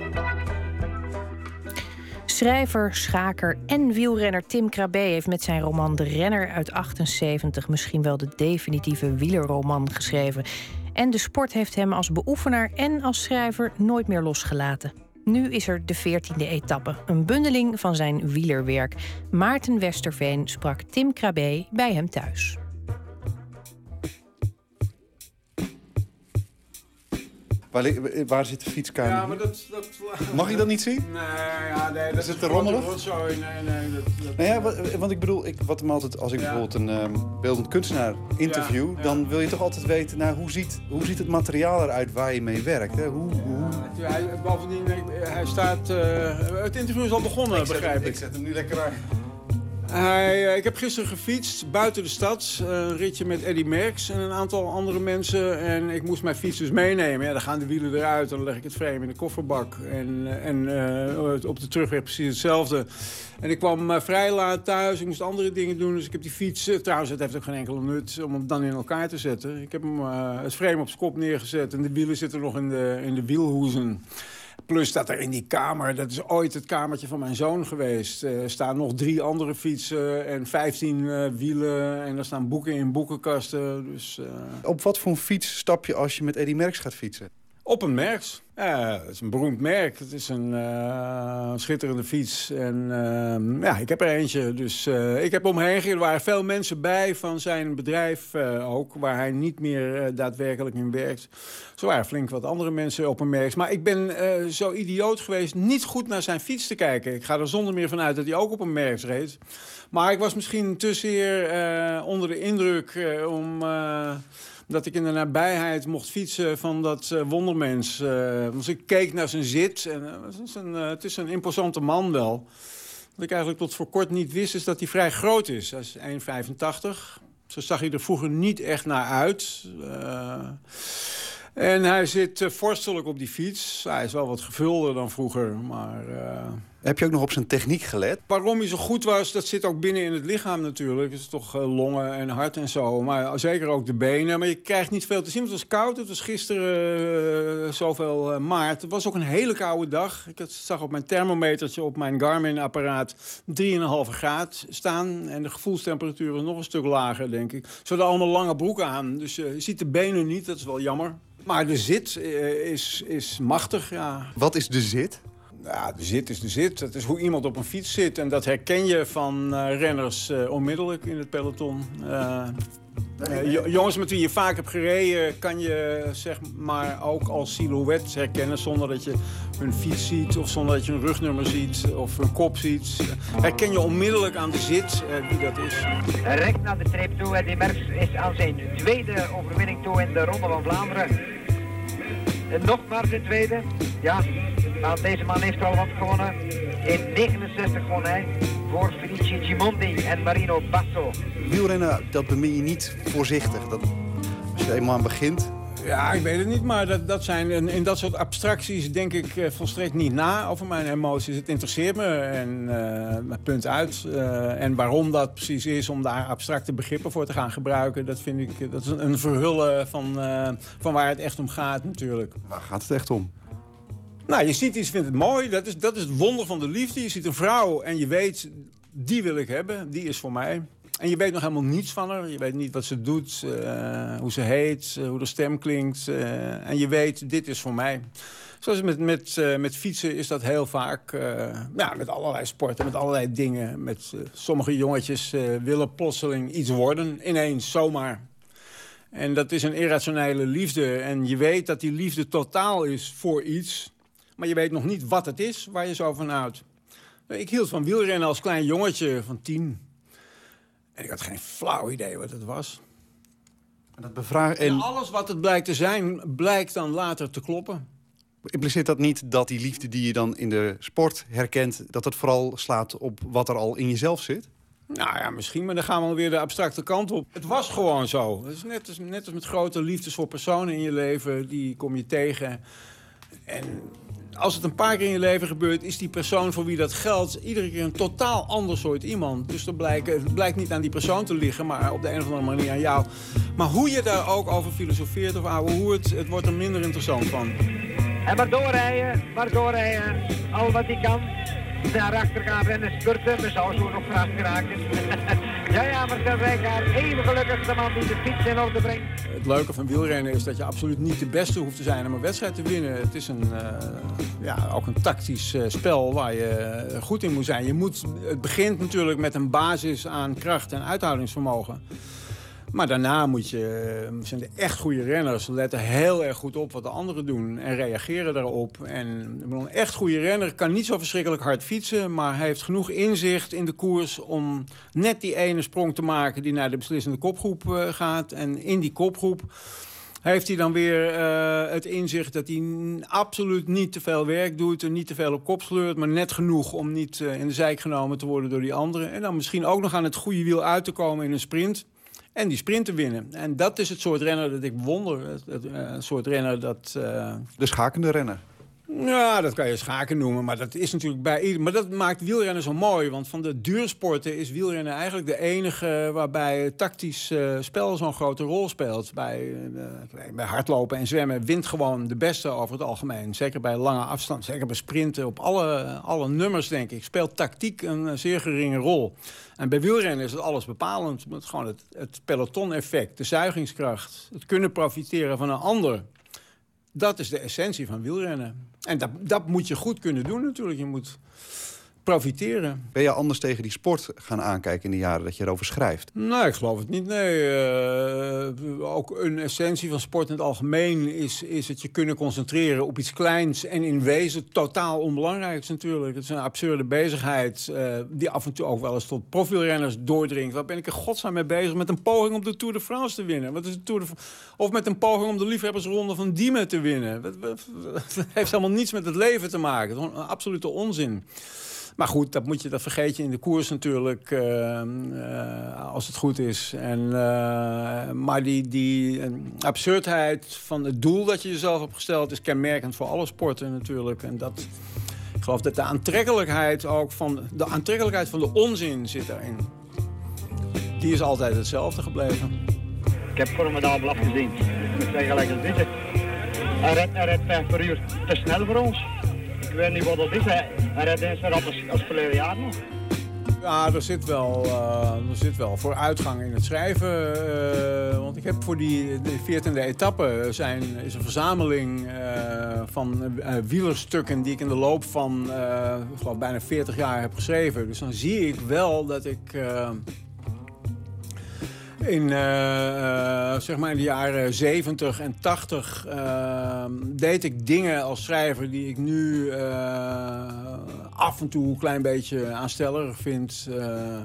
Schrijver, schaker en wielrenner Tim Krabbe heeft met zijn roman De Renner uit achtenzeventig misschien wel de definitieve wielerroman geschreven. En de sport heeft hem als beoefenaar en als schrijver nooit meer losgelaten. Nu is er de veertiende etappe, een bundeling van zijn wielerwerk. Maarten Westerveen sprak Tim Krabbe bij hem thuis. Waar, waar zit de fietskamer? Ja, maar dat, dat... Mag ik dat niet zien? Nee, ja, nee, dat is het te rommelig? Rotzooi, nee, nee. Dat, dat... Nou ja, wat, want ik bedoel, ik, wat hem altijd, als ik ja. bijvoorbeeld een um, beeldend kunstenaar interview, ja, ja. dan wil je toch altijd weten, nou, hoe ziet, hoe ziet het materiaal eruit waar je mee werkt? Hè? Hoe, hoe... Ja, hij, bovendien, hij staat... Uh, het interview is al begonnen, ik begrijp hem, ik. Ik zet hem nu lekker aan. Hij, ik heb gisteren gefietst buiten de stad. Een ritje met Eddy Merckx en een aantal andere mensen. En ik moest mijn fiets dus meenemen. Ja, dan gaan de wielen eruit en dan leg ik het frame in de kofferbak. En, en uh, op de terugweg precies hetzelfde. En ik kwam uh, vrij laat thuis. Ik moest andere dingen doen. Dus ik heb die fiets... Uh, trouwens, het heeft ook geen enkele nut om hem dan in elkaar te zetten. Ik heb hem uh, het frame op zijn kop neergezet. En de wielen zitten nog in de, in de wielhoezen. Plus dat er in die kamer, dat is ooit het kamertje van mijn zoon geweest... Er uh, staan nog drie andere fietsen en vijftien uh, wielen... en er staan boeken in boekenkasten. Dus, uh... Op wat voor een fiets stap je als je met Eddy Merckx gaat fietsen? Op een Merckx. Ja, het is een beroemd merk. Het is een uh, schitterende fiets. En uh, ja, ik heb er eentje. Dus uh, ik heb omheen gegeven. Er waren veel mensen bij van zijn bedrijf uh, ook... waar hij niet meer uh, daadwerkelijk in werkt. Zo waren flink wat andere mensen op een Merckx. Maar ik ben uh, zo idioot geweest niet goed naar zijn fiets te kijken. Ik ga er zonder meer vanuit dat hij ook op een Merckx reed. Maar ik was misschien te zeer uh, onder de indruk uh, om... Uh, dat ik in de nabijheid mocht fietsen van dat uh, wondermens. Uh, dus ik keek naar zijn zit. En, uh, het, is een, uh, het is een imposante man wel. Wat ik eigenlijk tot voor kort niet wist, is dat hij vrij groot is. Hij is één komma vijfentachtig. Zo zag hij er vroeger niet echt naar uit. Uh, en hij zit uh, vorstelijk op die fiets. Hij is wel wat gevulder dan vroeger, maar... Uh, Heb je ook nog op zijn techniek gelet? Waarom hij zo goed was, dat zit ook binnen in het lichaam natuurlijk. Het is toch uh, longen en hart en zo. Maar zeker ook de benen. Maar je krijgt niet veel te zien. Het was koud. Het was gisteren uh, zoveel uh, maart. Het was ook een hele koude dag. Ik zag op mijn thermometertje op mijn Garmin-apparaat drie komma vijf graad staan. En de gevoelstemperatuur was nog een stuk lager, denk ik. Ze hadden allemaal lange broeken aan. Dus uh, je ziet de benen niet. Dat is wel jammer. Maar de zit uh, is, is machtig, ja. Wat is de zit? Ja, de zit is de zit. Dat is hoe iemand op een fiets zit. En dat herken je van uh, renners uh, onmiddellijk in het peloton. Uh, uh, jongens met wie je vaak hebt gereden... kan je zeg maar ook als silhouet herkennen... zonder dat je hun fiets ziet of zonder dat je een rugnummer ziet... of hun kop ziet. Herken je onmiddellijk aan de zit uh, wie dat is. Recht naar de streep toe. Eddy Merckx is aan zijn tweede overwinning toe in de Ronde van Vlaanderen. En nog maar zijn tweede. Ja, maar deze man heeft al wat gewonnen. In negenenzestig won hij voor Felice Gimondi en Marino Basso. Wielrennen, dat bemin je niet voorzichtig. Dat, als je er eenmaal aan begint... Ja, ik weet het niet, maar dat, dat zijn, in dat soort abstracties denk ik uh, volstrekt niet na over mijn emoties. Het interesseert me en uh, punt uit. Uh, en waarom dat precies is, om daar abstracte begrippen voor te gaan gebruiken, dat vind ik, dat is een, een verhullen van, uh, van waar het echt om gaat natuurlijk. Waar gaat het echt om? Nou, je ziet iets, vindt het mooi. Dat is, dat is het wonder van de liefde. Je ziet een vrouw en je weet, die wil ik hebben, die is voor mij. En je weet nog helemaal niets van haar. Je weet niet wat ze doet, uh, hoe ze heet, uh, hoe de stem klinkt. Uh, en je weet, dit is voor mij. Zoals met, met, uh, met fietsen is dat heel vaak. Uh, ja, met allerlei sporten, met allerlei dingen. Met, uh, sommige jongetjes uh, willen plotseling iets worden. Ineens, zomaar. En dat is een irrationele liefde. En je weet dat die liefde totaal is voor iets. Maar je weet nog niet wat het is waar je zo van houdt. Ik hield van wielrennen als klein jongetje van tien. En ik had geen flauw idee wat het was. En dat bevraag... en... en alles wat het blijkt te zijn, blijkt dan later te kloppen. Impliceert dat niet dat die liefde die je dan in de sport herkent, dat het vooral slaat op wat er al in jezelf zit? Nou ja, misschien, maar dan gaan we alweer de abstracte kant op. Het was gewoon zo. Het is net als, net als met grote liefdes voor personen in je leven, die kom je tegen. En als het een paar keer in je leven gebeurt, is die persoon voor wie dat geldt iedere keer een totaal ander soort iemand. Dus dan blijkt, het blijkt niet aan die persoon te liggen, maar op de een of andere manier aan jou. Maar hoe je daar ook over filosofeert of ouwe hoe het, het wordt er minder interessant van. En maar doorrijden, maar doorrijden, al wat hij kan. Daarachter gaan rennen, spurten, we zouden zo nog vast geraken. ja, ja, maar dan zijn elkaar even gelukkig de man die de fiets in orde brengt. Het leuke van wielrennen is dat je absoluut niet de beste hoeft te zijn om een wedstrijd te winnen. Het is een, uh, ja, ook een tactisch uh, spel waar je uh, goed in moet zijn. Je moet, het begint natuurlijk met een basis aan kracht en uithoudingsvermogen. Maar daarna moet je, zijn de echt goede renners letten heel erg goed op wat de anderen doen en reageren daarop. En een echt goede renner kan niet zo verschrikkelijk hard fietsen, maar hij heeft genoeg inzicht in de koers om net die ene sprong te maken die naar de beslissende kopgroep uh, gaat. En in die kopgroep heeft hij dan weer uh, het inzicht dat hij absoluut niet te veel werk doet en niet te veel op kop sleurt, maar net genoeg om niet uh, in de zijk genomen te worden door die anderen. En dan misschien ook nog aan het goede wiel uit te komen in een sprint. En die sprint te winnen. En dat is het soort renner dat ik bewonder. Het, het, het soort renner dat... Uh... De schakende renner. Ja, dat kan je schaken noemen. Maar dat is natuurlijk bij ieder. Maar dat maakt wielrennen zo mooi. Want van de duursporten is wielrennen eigenlijk de enige waarbij tactisch uh, spel zo'n grote rol speelt. Bij, uh, bij hardlopen en zwemmen wint gewoon de beste over het algemeen. Zeker bij lange afstand, zeker bij sprinten. Op alle, alle nummers, denk ik, speelt tactiek een, een zeer geringe rol. En bij wielrennen is het alles bepalend. Het, gewoon het, het peloton-effect, de zuigingskracht, het kunnen profiteren van een ander. Dat is de essentie van wielrennen. En dat, dat moet je goed kunnen doen natuurlijk. Je moet profiteren. Ben je anders tegen die sport gaan aankijken in de jaren dat je erover schrijft? Nee, ik geloof het niet. Nee. Uh, ook een essentie van sport in het algemeen is, is het je kunnen concentreren op iets kleins en in wezen totaal onbelangrijks natuurlijk. Het is een absurde bezigheid uh, die af en toe ook wel eens tot profielrenners doordringt. Waar ben ik in godsnaam mee bezig? Met een poging om de Tour de France te winnen. Wat is de Tour de... Of met een poging om de liefhebbersronde van Diemen te winnen. Dat heeft helemaal niets met het leven te maken. Het is een absolute onzin. Maar goed, dat, moet je, dat vergeet je in de koers natuurlijk, uh, uh, als het goed is. En, uh, maar die, die uh, absurdheid van het doel dat je jezelf hebt gesteld is kenmerkend voor alle sporten natuurlijk. En dat, ik geloof dat de aantrekkelijkheid ook van de aantrekkelijkheid van de onzin zit daarin. Die is altijd hetzelfde gebleven. Ik heb formidabel afgezien. Ik moet zeggen, gelijk als dit. Hij rijdt, hij rijdt vijf per uur te snel voor ons. Ik weet niet wat dat is. Hij, hij rijdt eens zo rap als, als verleden jaar nog. Ja, er zit wel, uh, er zit wel vooruitgang in het schrijven. Uh, want ik heb voor die de veertiende etappe zijn, is een verzameling uh, van uh, wielerstukken die ik in de loop van uh, ik geloof bijna veertig jaar heb geschreven. Dus dan zie ik wel dat ik uh, in, uh, uh, zeg maar in de jaren zeventig en tachtig uh, deed ik dingen als schrijver die ik nu uh, af en toe een klein beetje aanstellerig vind. Uh,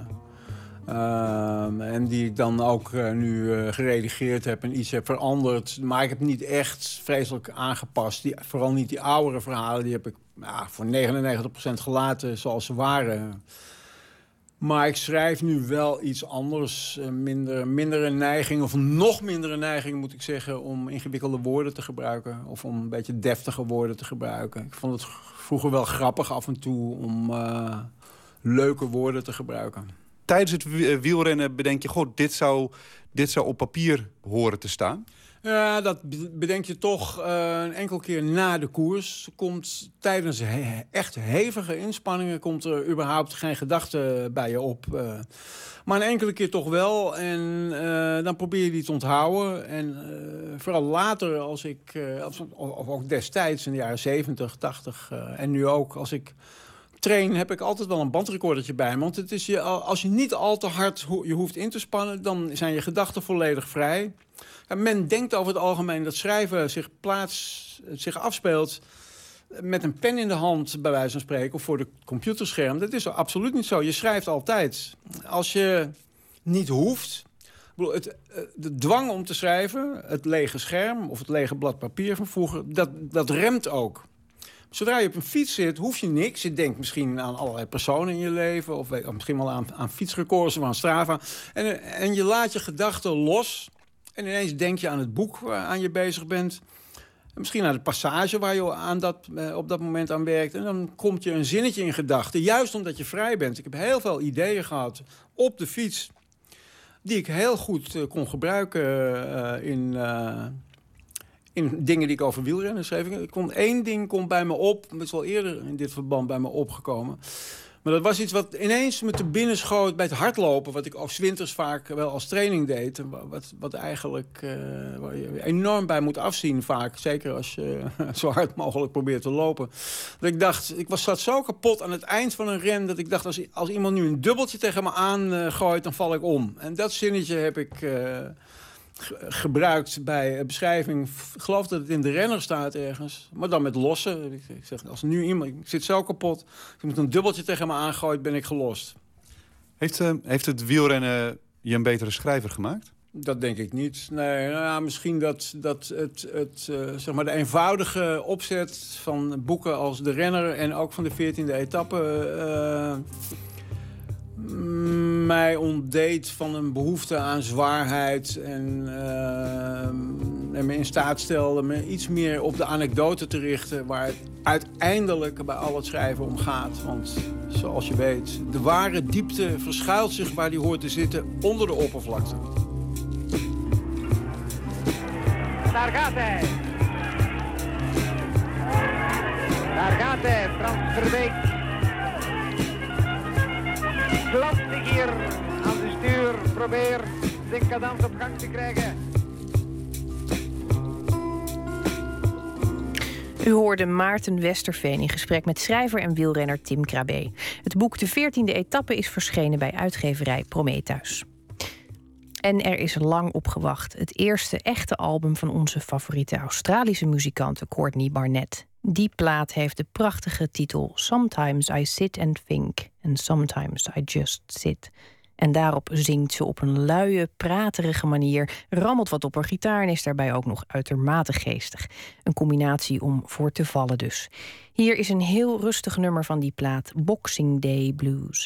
uh, en die ik dan ook uh, nu uh, geredigeerd heb en iets heb veranderd. Maar ik heb niet echt vreselijk aangepast. Die, vooral niet die oudere verhalen. Die heb ik ja, voor negenennegentig procent gelaten zoals ze waren. Maar ik schrijf nu wel iets anders. Uh, minder, mindere neiging, of nog mindere neiging moet ik zeggen, om ingewikkelde woorden te gebruiken. Of om een beetje deftige woorden te gebruiken. Ik vond het vroeger wel grappig af en toe om uh, leuke woorden te gebruiken. Tijdens het wielrennen bedenk je, goh, dit zou, dit zou op papier horen te staan? Ja, dat bedenk je toch uh, een enkel keer na de koers. Komt tijdens he- echt hevige inspanningen komt er überhaupt geen gedachte bij je op. Uh, maar een enkele keer toch wel. En uh, dan probeer je die te onthouden. En uh, vooral later, als ik, uh, als, of ook destijds in de jaren zeventig, tachtig uh, en nu ook, als ik train, heb ik altijd wel een bandrecordertje bij me. Want het is je, als je niet al te hard ho- je hoeft in te spannen, dan zijn je gedachten volledig vrij. Ja, men denkt over het algemeen dat schrijven zich plaats, zich afspeelt met een pen in de hand, bij wijze van spreken, of voor de computerscherm. Dat is absoluut niet zo. Je schrijft altijd. Als je niet hoeft, ik bedoel, het, de dwang om te schrijven, het lege scherm of het lege blad papier van vroeger, dat, dat remt ook. Zodra je op een fiets zit, hoef je niks. Je denkt misschien aan allerlei personen in je leven, of misschien wel aan, aan fietsrecords of aan Strava. En, en je laat je gedachten los. En ineens denk je aan het boek waaraan je bezig bent. Misschien aan de passage waar je aan dat, op dat moment aan werkt. En dan komt je een zinnetje in gedachten. Juist omdat je vrij bent. Ik heb heel veel ideeën gehad op de fiets, die ik heel goed uh, kon gebruiken uh, in, uh, in dingen die ik over wielrennen schreef. Ik kon, één ding komt bij me op. Het is wel eerder in dit verband bij me opgekomen. Maar dat was iets wat ineens me te binnen schoot bij het hardlopen, wat ik ook 's winters vaak wel als training deed. Wat, wat eigenlijk uh, waar je enorm bij moet afzien vaak. Zeker als je uh, zo hard mogelijk probeert te lopen. Dat ik dacht, ik was zat zo kapot aan het eind van een ren, dat ik dacht, als, als iemand nu een dubbeltje tegen me aan uh, gooit, dan val ik om. En dat zinnetje heb ik Uh, gebruikt bij een beschrijving. Ik geloof dat het in de renner staat ergens. Maar dan met lossen. Ik zeg, als nu iemand, ik zit zo kapot, als iemand een dubbeltje tegen me aangooit, ben ik gelost. Heeft, uh, heeft het wielrennen je een betere schrijver gemaakt? Dat denk ik niet. Nee, nou ja, misschien dat, dat het, het, uh, zeg maar de eenvoudige opzet van boeken als De Renner en ook van de veertiende etappe Uh, mij ontdeed van een behoefte aan zwaarheid en, uh, en me in staat stelde me iets meer op de anekdote te richten, waar het uiteindelijk bij al het schrijven om gaat. Want zoals je weet, de ware diepte verschuilt zich waar die hoort te zitten, onder de oppervlakte. Daar gaat hij. Daar gaat hij, Frans Verbeek. Lastig hier aan de stuur. Probeer de cadans op gang te krijgen. U hoorde Maarten Westerveen in gesprek met schrijver en wielrenner Tim Krabbe. Het boek De veertiende etappe is verschenen bij uitgeverij Prometheus. En er is lang op gewacht. Het eerste echte album van onze favoriete Australische muzikante Courtney Barnett. Die plaat heeft de prachtige titel Sometimes I Sit and Think and Sometimes I Just Sit. En daarop zingt ze op een luie, praterige manier, rammelt wat op haar gitaar en is daarbij ook nog uitermate geestig. Een combinatie om voor te vallen dus. Hier is een heel rustig nummer van die plaat, Boxing Day Blues.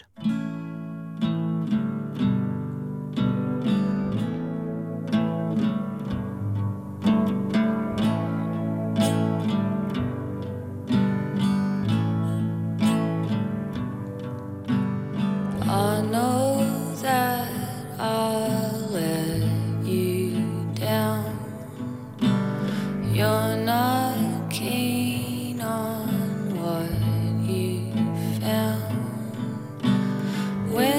I know that I'll let you down. You're not keen on what you found. When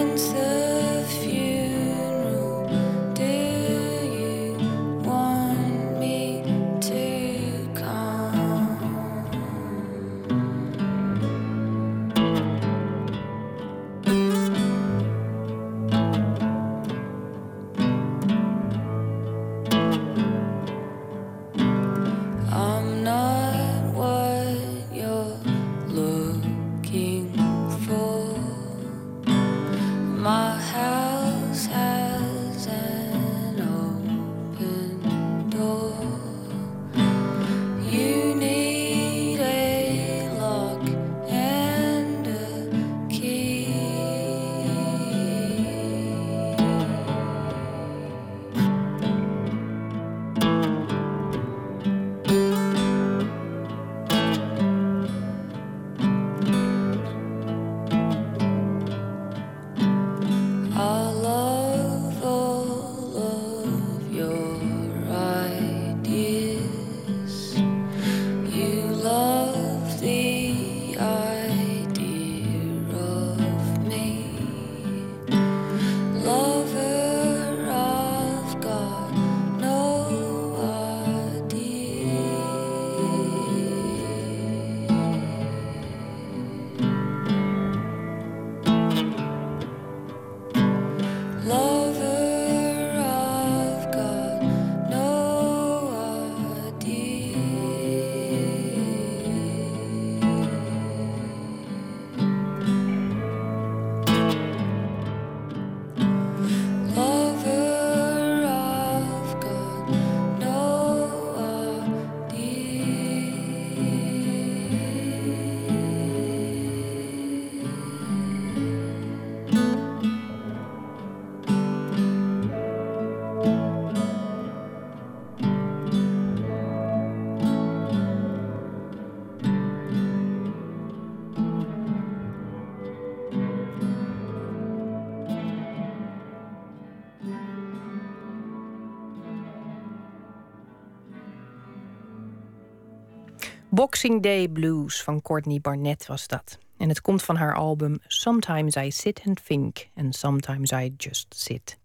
Boxing Day Blues van Courtney Barnett was dat. En het komt van haar album Sometimes I Sit and Think and Sometimes I Just Sit.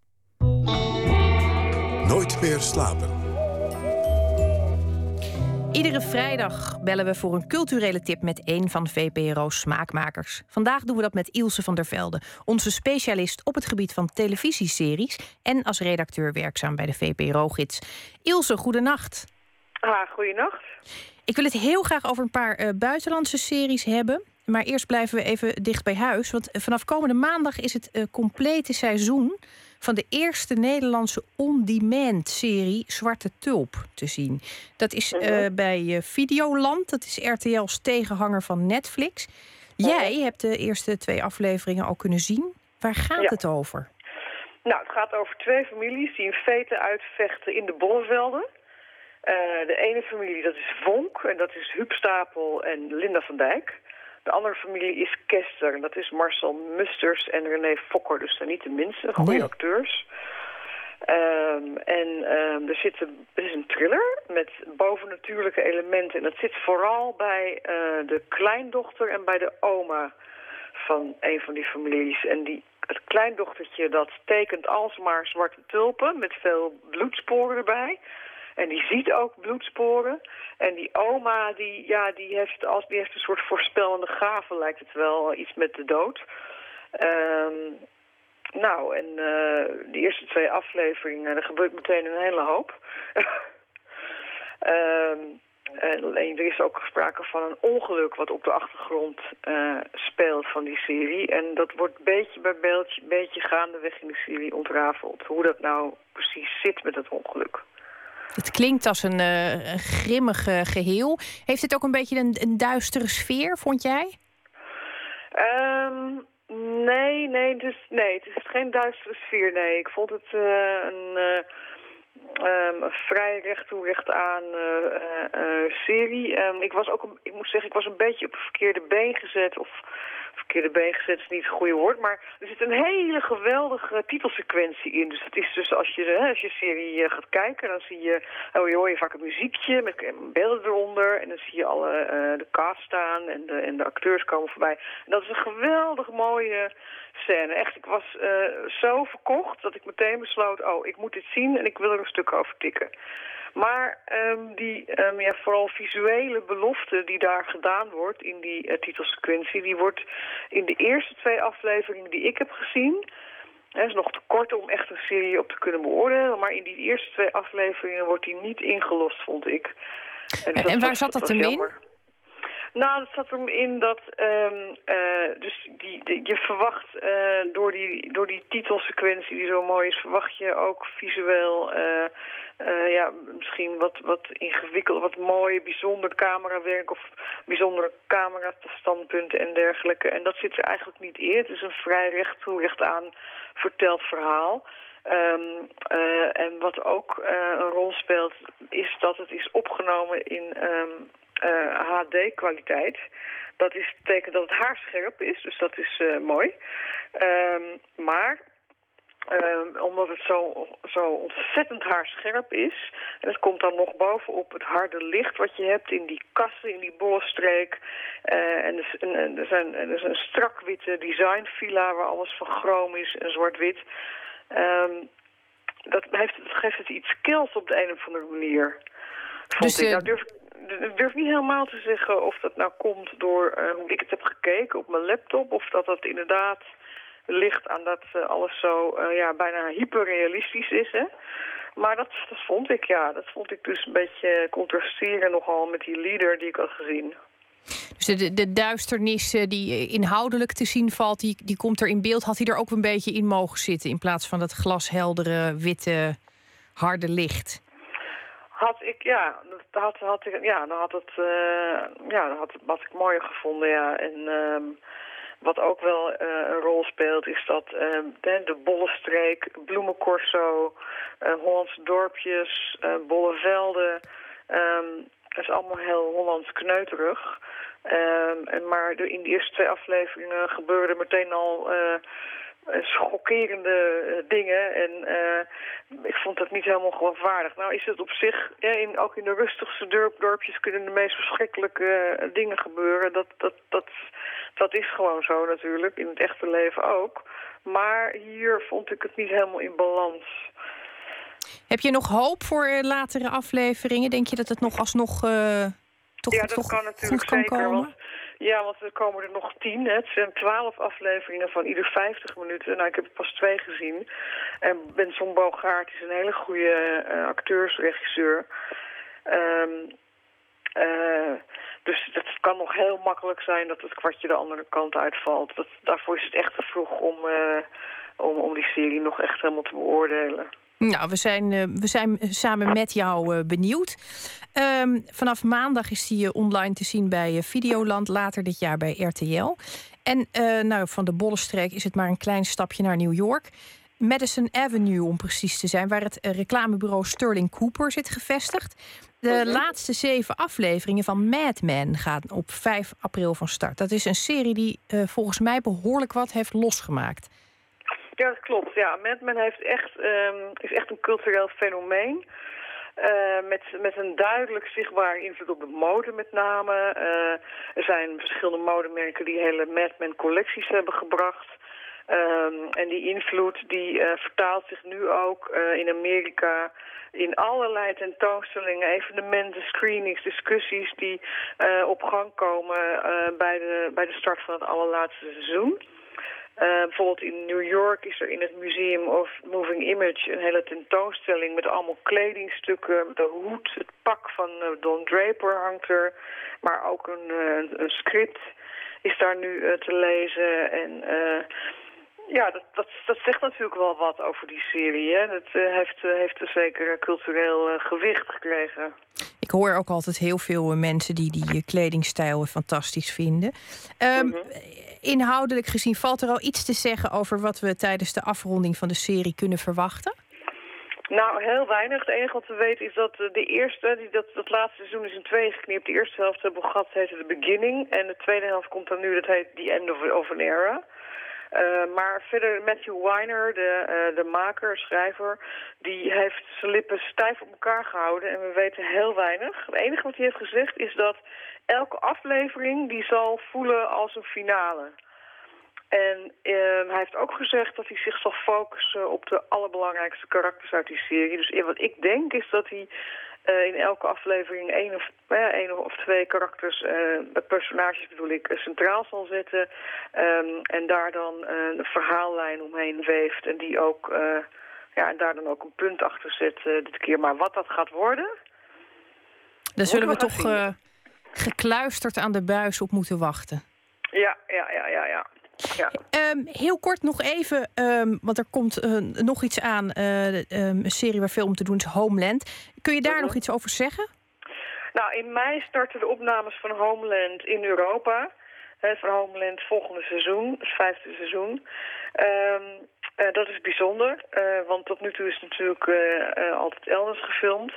Nooit meer slapen. Iedere vrijdag bellen we voor een culturele tip met een van V P R O's smaakmakers. Vandaag doen we dat met Ilse van der Velde, onze specialist op het gebied van televisieseries en als redacteur werkzaam bij de V P R O-gids. Ilse, goedenacht. Ah, goedenacht. Ik wil het heel graag over een paar uh, buitenlandse series hebben. Maar eerst blijven we even dicht bij huis. Want vanaf komende maandag is het uh, complete seizoen van de eerste Nederlandse on-demand-serie Zwarte Tulp te zien. Dat is uh, bij uh, Videoland. Dat is R T L's tegenhanger van Netflix. Jij hebt de eerste twee afleveringen al kunnen zien. Waar gaat ja. het over? Nou, het gaat over twee families die in feite uitvechten in de bollenvelden. Uh, de ene familie, dat is Vonk, en dat is Huub Stapel en Linda van Dijk. De andere familie is Kester, en dat is Marcel Musters en René Fokker. Dus zijn niet de minste goede nee. acteurs. Um, en um, er, zit een, er is een thriller met bovennatuurlijke elementen. En dat zit vooral bij uh, de kleindochter en bij de oma van een van die families. En die, het kleindochtertje, dat tekent alsmaar zwarte tulpen met veel bloedsporen erbij. En die ziet ook bloedsporen. En die oma, die, ja, die, heeft, als, die heeft een soort voorspellende gave, lijkt het wel, iets met de dood. Um, nou, en uh, de eerste twee afleveringen, er gebeurt meteen een hele hoop. um, en er is ook sprake van een ongeluk wat op de achtergrond uh, speelt van die serie. En dat wordt beetje bij beetje, beetje gaandeweg in de serie ontrafeld. Hoe dat nou precies zit met het ongeluk. Het klinkt als een, uh, een grimmig uh, geheel. Heeft het ook een beetje een, een duistere sfeer, vond jij? Um, nee, nee, dus, nee, het is geen duistere sfeer, nee. Ik vond het uh, een, uh, um, een vrij recht toe recht aan uh, uh, serie. Um, ik was ook, een, ik moet zeggen, ik was een beetje op het verkeerde been gezet, of... verkeerde been gezet is niet het goede woord, maar er zit een hele geweldige titelsequentie in. Dus het is dus als je, hè, als je serie gaat kijken, dan zie je, oh, je hoor je vaak een muziekje met beelden eronder en dan zie je alle uh, de cast staan en de, en de acteurs komen voorbij. En dat is een geweldig mooie scène. Echt, ik was uh, zo verkocht dat ik meteen besloot, oh, ik moet dit zien en ik wil er een stuk over tikken. Maar um, die um, ja, vooral visuele belofte die daar gedaan wordt in die uh, titelsequentie, die wordt in de eerste twee afleveringen die ik heb gezien, het is nog te kort om echt een serie op te kunnen beoordelen, maar in die eerste twee afleveringen wordt die niet ingelost, vond ik. En, en, en waar was, zat dat, dat hem in? Nou, het zat erin in dat um, uh, dus die, die, je verwacht uh, door, die, door die titelsequentie die zo mooi is, verwacht je ook visueel uh, uh, ja, misschien wat, wat ingewikkeld, wat mooie, bijzonder camerawerk of bijzondere camerastandpunten en dergelijke. En dat zit er eigenlijk niet in. Het is een vrij recht toe recht aan verteld verhaal. Um, uh, en wat ook uh, een rol speelt, is dat het is opgenomen in um, uh, H D-kwaliteit. Dat is betekent dat het haarscherp is, dus dat is uh, mooi. Um, maar um, omdat het zo, zo ontzettend haarscherp is, en het komt dan nog bovenop het harde licht wat je hebt in die kassen, in die bollenstreek. Uh, en, dus, en, en er, zijn, er is een strak witte designvilla waar alles van chroom is en zwart-wit. Um, dat, heeft, dat geeft het iets kils op de een of andere manier. Dus, ik. Nou, durf, ik durf niet helemaal te zeggen of dat nou komt door uh, hoe ik het heb gekeken op mijn laptop, of dat dat inderdaad ligt aan dat uh, alles zo uh, ja, bijna hyperrealistisch is. Hè? Maar dat, dat vond ik, ja. Dat vond ik dus een beetje contrasteren nogal met die leader die ik had gezien. Dus de, de duisternis die inhoudelijk te zien valt, die, die komt er in beeld. Had hij er ook een beetje in mogen zitten in plaats van dat glasheldere, witte, harde licht? Had ik, ja, dat had, had ik, ja, dan had het, uh, ja, dat had, had ik mooier gevonden, ja. En um, wat ook wel uh, een rol speelt, is dat uh, de, de Bollenstreek, Bloemencorso, uh, Hollandse dorpjes, uh, Bollevelden. Um, dat is allemaal heel Hollands kneuterig. Um, en maar de, in de eerste twee afleveringen gebeurde meteen al uh, schokkerende uh, dingen. En uh, ik vond dat niet helemaal geloofwaardig. Nou is het op zich, ja, in, ook in de rustigste dorp, dorpjes kunnen de meest verschrikkelijke uh, dingen gebeuren. Dat, dat, dat, dat is gewoon zo natuurlijk, in het echte leven ook. Maar hier vond ik het niet helemaal in balans. Heb je nog hoop voor uh, latere afleveringen? Denk je dat het nog alsnog uh, toch, ja, dat toch kan natuurlijk goed kan zeker, komen? Want, ja, want er komen er nog tien. Hè. Het zijn twaalf afleveringen van ieder vijftig minuten. Nou, ik heb er pas twee gezien. En Benson Bogaert is een hele goede uh, acteursregisseur. Um, uh, dus het kan nog heel makkelijk zijn dat het kwartje de andere kant uitvalt. Dat, daarvoor is het echt te vroeg om, uh, om, om die serie nog echt helemaal te beoordelen. Nou, we zijn, uh, we zijn samen met jou uh, benieuwd. Um, vanaf maandag is die uh, online te zien bij uh, Videoland, later dit jaar bij R T L. En uh, nou, van de Bollenstreek is het maar een klein stapje naar New York. Madison Avenue, om precies te zijn, waar het uh, reclamebureau Sterling Cooper zit gevestigd. De mm-hmm. laatste zeven afleveringen van Mad Men gaan op vijf april van start. Dat is een serie die uh, volgens mij behoorlijk wat heeft losgemaakt. Ja, dat klopt. Ja, Mad Men heeft echt, um, is echt een cultureel fenomeen. Uh, met, met een duidelijk zichtbaar invloed op de mode met name. Uh, er zijn verschillende modemerken die hele Mad Men collecties hebben gebracht. Um, en die invloed die uh, vertaalt zich nu ook uh, in Amerika in allerlei tentoonstellingen, evenementen, screenings, discussies die uh, op gang komen uh, bij, de, bij de start van het allerlaatste seizoen. Uh, bijvoorbeeld in New York is er in het Museum of Moving Image een hele tentoonstelling met allemaal kledingstukken. De hoed, het pak van uh, Don Draper hangt er, maar ook een, uh, een script is daar nu uh, te lezen. En uh, ja, dat, dat, dat zegt natuurlijk wel wat over die serie. Hè? Dat uh, heeft, uh, heeft een zeker cultureel uh, gewicht gekregen. Ik hoor ook altijd heel veel uh, mensen die die uh, kledingstijl fantastisch vinden. Um, mm-hmm. Inhoudelijk gezien, valt er al iets te zeggen over wat we tijdens de afronding van de serie kunnen verwachten? Nou, heel weinig. Het enige wat we weten is dat de eerste, die, dat, dat laatste seizoen is in tweeën geknipt. De eerste helft hebben we gehad, heette The Beginning. En de tweede helft komt dan nu, dat heet The End of, of an Era. Uh, maar verder, Matthew Weiner, de, uh, de maker, schrijver, die heeft zijn lippen stijf op elkaar gehouden en we weten heel weinig. Het enige wat hij heeft gezegd is dat elke aflevering die zal voelen als een finale. En uh, hij heeft ook gezegd dat hij zich zal focussen op de allerbelangrijkste karakters uit die serie. Dus wat ik denk is dat hij uh, in elke aflevering één of, uh, één of twee karakters, uh, personages bedoel ik, uh, centraal zal zetten. Um, en daar dan uh, een verhaallijn omheen weeft. En die ook, uh, ja, en daar dan ook een punt achter zet uh, dit keer. Maar wat dat gaat worden, daar zullen we toch uh, gekluisterd aan de buis op moeten wachten. Ja, ja, ja, ja, ja. Ja. Um, heel kort nog even, um, want er komt uh, nog iets aan. Uh, um, een serie waar veel om te doen is Homeland. Kun je daar uh-huh. nog iets over zeggen? Nou, in mei starten de opnames van Homeland in Europa. He, van Homeland volgende seizoen, het vijfde seizoen. Um, uh, dat is bijzonder, uh, want tot nu toe is het natuurlijk uh, uh, altijd elders gefilmd.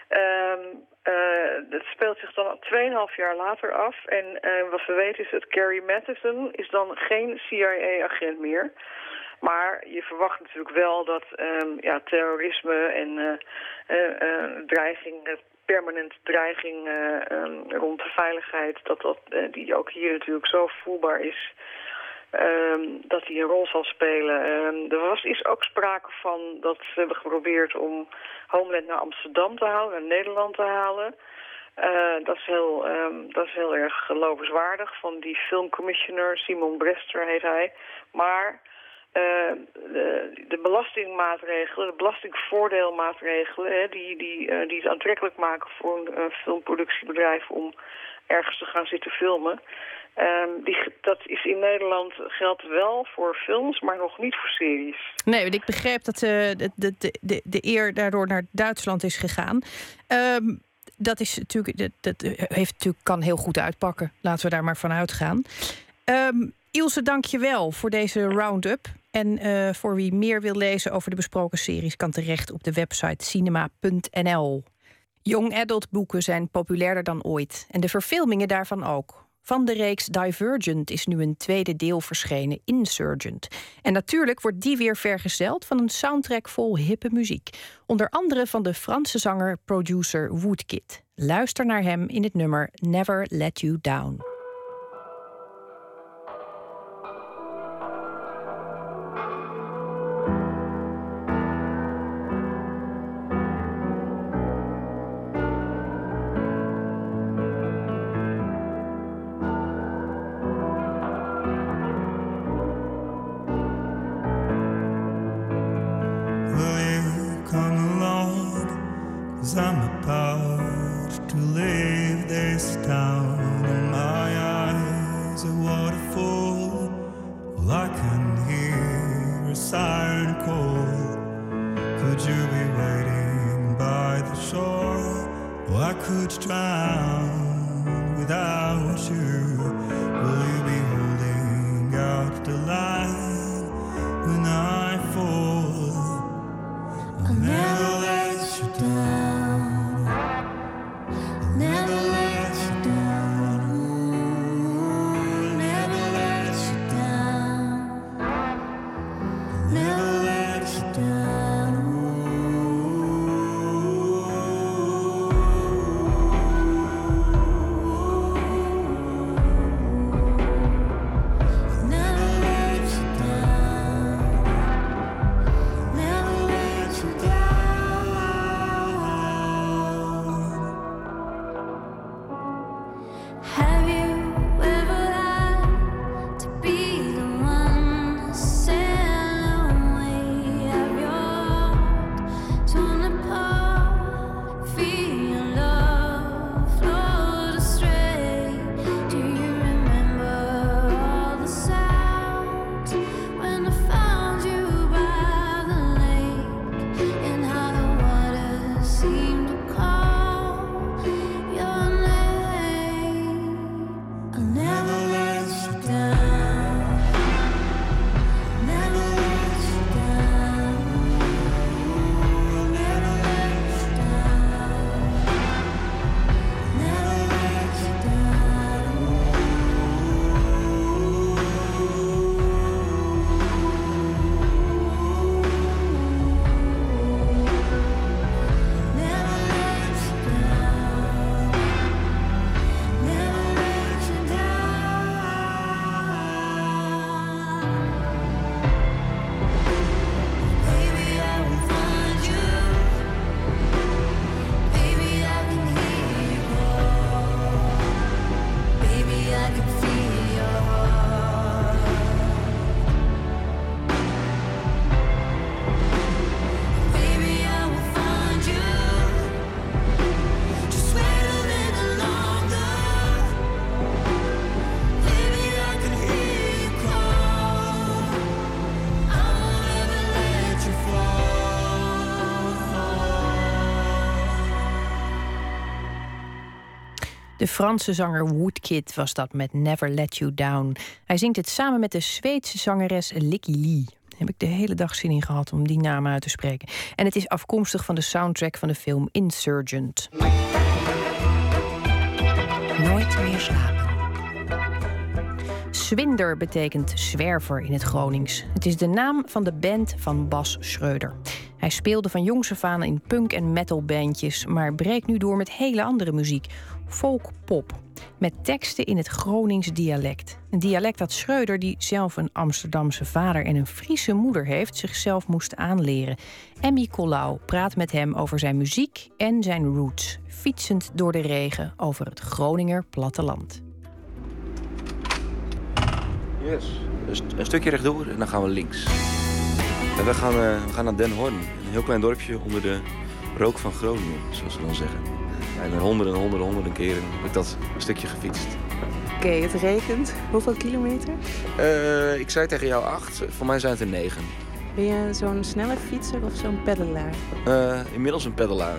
Um, uh, het speelt zich dan tweeënhalf jaar later af. En uh, wat we weten is dat Carrie Mathison is dan geen C I A-agent meer. Maar je verwacht natuurlijk wel dat um, ja, terrorisme en uh, uh, uh, dreiging, uh, permanente dreiging uh, um, rond de veiligheid, dat dat, uh, die ook hier natuurlijk zo voelbaar is. Um, dat hij een rol zal spelen. Um, er was, is ook sprake van dat ze hebben geprobeerd om Homeland naar Amsterdam te halen, naar Nederland te halen. Uh, dat, is heel, um, dat is heel erg lovenswaardig van die filmcommissioner, Simon Brester heet hij. Maar uh, de, de belastingmaatregelen, de belastingvoordeelmaatregelen, hè, die, die, uh, die het aantrekkelijk maken voor een uh, filmproductiebedrijf om ergens te gaan zitten filmen. Um, die, dat is in Nederland geldt wel voor films, maar nog niet voor series. Nee, want ik begreep dat uh, de, de, de, de eer daardoor naar Duitsland is gegaan. Um, dat is natuurlijk, dat, dat heeft natuurlijk, kan heel goed uitpakken. Laten we daar maar van uitgaan. Um, Ilse, dank je wel voor deze round-up. En uh, voor wie meer wil lezen over de besproken series kan terecht op de website cinema punt n l. Young adult boeken zijn populairder dan ooit. En de verfilmingen daarvan ook. Van de reeks Divergent is nu een tweede deel verschenen, Insurgent. En natuurlijk wordt die weer vergezeld van een soundtrack vol hippe muziek. Onder andere van de Franse zanger-producer Woodkid. Luister naar hem in het nummer Never Let You Down. I'm about to leave this town, and my eyes a waterfall. All I can hear a siren call. Could you be waiting by the shore? Or I could drown without you. Will you be holding out the line when I fall? I'll never let you down. Never let you down, ooh, never let you down, never let you down, never let you down, never let you down. Have you ever had to be the one to sail away? Have your heart torn apart? Feel your love float astray? Do you remember all the sounds when I found you by the lake? And how the water seemed to call your name? I'll never let you down, never let you down, I'll never let you down, never let you down, never let you down, never let you down. Baby, I will find you. Baby, I can hear you call. Baby, I can feel your heart. Baby, I will find you. Just wait a little longer. Baby, I can hear you call. I won't ever let you fall. De Franse zanger Woodkid was dat met Never Let You Down. Hij zingt het samen met de Zweedse zangeres Licky Lee. Daar heb ik de hele dag zin in gehad om die naam uit te spreken. En het is afkomstig van de soundtrack van de film Insurgent. Nooit meer slapen. Swinder betekent zwerver in het Gronings. Het is de naam van de band van Bas Schreuder. Hij speelde van jongs af aan in punk- en metalbandjes, maar breekt nu door met hele andere muziek. Folk-pop. Met teksten in het Gronings dialect. Een dialect dat Schreuder, die zelf een Amsterdamse vader en een Friese moeder heeft, zichzelf moest aanleren. Emmy Collau praat met hem over zijn muziek en zijn roots. Fietsend door de regen over het Groninger platteland. Yes. Een, st- een stukje rechtdoor en dan gaan we links. En we gaan, uh, we gaan naar Den Horn. Een heel klein dorpje onder de rook van Groningen, zoals we dan zeggen. En honderden, honderden, honderden keren heb ik dat een stukje gefietst. Oké, okay, het regent. Hoeveel kilometer? Uh, ik zei tegen jou acht, voor mij zijn het er negen. Ben je zo'n snelle fietser of zo'n peddelaar? Uh, inmiddels een peddelaar.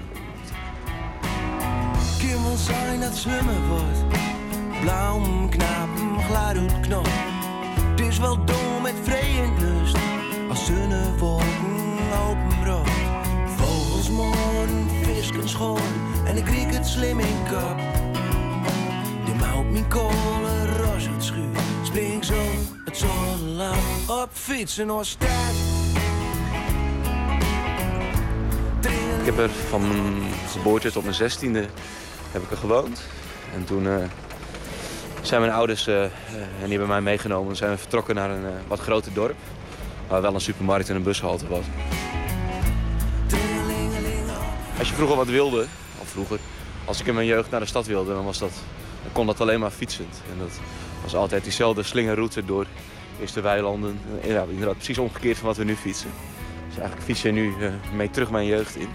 Kim wel zijn dat zwemmen wordt. Blauw, knap, glad uit knop. Het is wel dom met vrede en lust. Als zonnewolken open rood. Vogels moorden, visken schoon. En ik kriek het slim in kop. Die houdt mijn kolen fietsen naar stad. Ik heb er van mijn geboorte tot mijn zestiende heb ik er gewoond. En toen uh, zijn mijn ouders uh, en die hebben mij meegenomen. Dan zijn we vertrokken naar een uh, wat groter dorp. Waar wel een supermarkt en een bushalte was. Als je vroeger wat wilde, of vroeger, als ik in mijn jeugd naar de stad wilde, dan, was dat, dan kon dat alleen maar fietsend. En dat was altijd diezelfde slingerroute door eerst de weilanden. En ja, inderdaad precies omgekeerd van wat we nu fietsen. Dus eigenlijk fiets je nu uh, mee terug mijn jeugd in.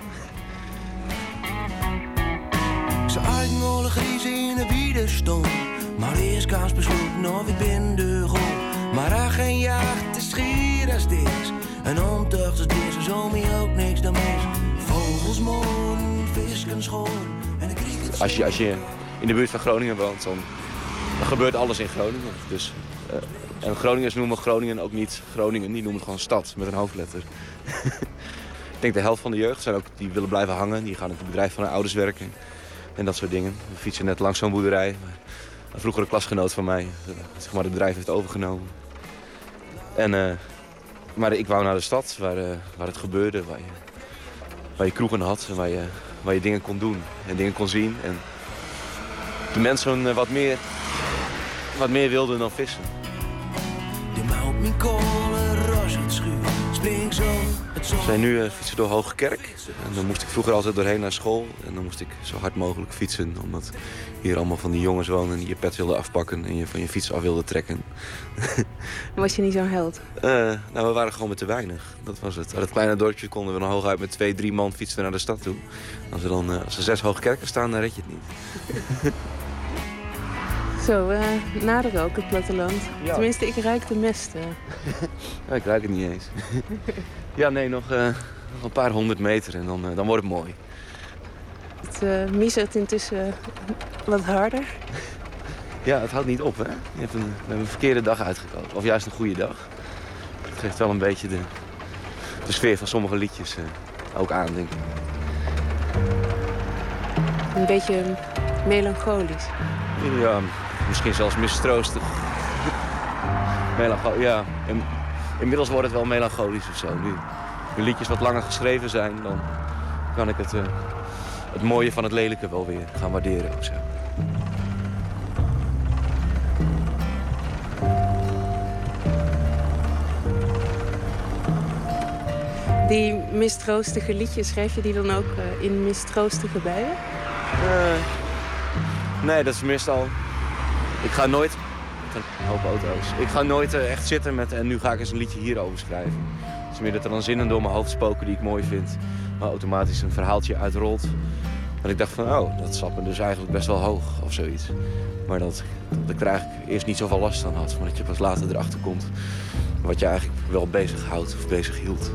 Ze eigenholle griezen in de wiederstond. Maar eerst kans besloten of ik ben de grond. Maar er geen jacht is schier als dit. En omtocht als deze zomer ook niks dan mis. Vogels moon, visken schoon. En de krieken... Als je, als je in de buurt van Groningen woont, dan, dan gebeurt alles in Groningen. Dus, uh, en Groningers noemen Groningen ook niet Groningen, die noemen het gewoon stad met een hoofdletter. Ik denk de helft van de jeugd zijn ook die willen blijven hangen. Die gaan in het bedrijf van hun ouders werken en dat soort dingen. We fietsen net langs zo'n boerderij. Een vroegere klasgenoot van mij, zeg maar, het bedrijf heeft overgenomen. En, uh, maar ik wou naar de stad waar, uh, waar het gebeurde, waar je, waar je kroegen had en waar je, waar je dingen kon doen en dingen kon zien. En de mensen uh, wat meer, wat meer wilden dan vissen. De mouwt mijn kolen, ros het schuur, spring zo. We zijn nu uh, fietsen door Hoogkerk. En dan moest ik vroeger altijd doorheen naar school. En dan moest ik zo hard mogelijk fietsen. Omdat hier allemaal van die jongens wonen die je pet wilden afpakken. En je van je fiets af wilden trekken. Was je niet zo'n held? Uh, nou, we waren gewoon met te weinig. Dat was het. Uit het kleine dorpje konden we dan hooguit met twee, drie man fietsen naar de stad toe. Als er dan uh, als er zes Hoogkerken staan, dan red je het niet. Zo, uh, nader ook, het platteland. Ja. Tenminste, ik ruik de mest. Uh. Ja, ik ruik het niet eens. Ja, nee, nog, uh, nog een paar honderd meter en dan, uh, dan wordt het mooi. Het uh, miezert intussen wat harder. Ja, het houdt niet op, hè? Je hebt een, we hebben een verkeerde dag uitgekozen. Of juist een goede dag. Het geeft wel een beetje de, de sfeer van sommige liedjes uh, ook aan, denk ik. Een beetje melancholisch. Ja, misschien zelfs mistroostig. Melancholisch, ja. In, inmiddels wordt het wel melancholisch of zo. Nu de liedjes wat langer geschreven zijn, dan kan ik het, uh, het mooie van het lelijke wel weer gaan waarderen of zo. Die mistroostige liedjes, schrijf je die dan ook uh, in mistroostige buien? Uh, nee, dat is meestal... Ik ga nooit... Een hoop auto's. Ik ga nooit uh, echt zitten met... En nu ga ik eens een liedje hierover schrijven. Het is meer dat er dan zinnen door mijn hoofd spoken die ik mooi vind. Maar automatisch een verhaaltje uitrolt. Dat ik dacht van, oh, dat zat me dus eigenlijk best wel hoog of zoiets. Maar dat, dat ik er eigenlijk eerst niet zoveel last van had. Maar dat je pas later erachter komt wat je eigenlijk wel bezighoudt of bezig hield.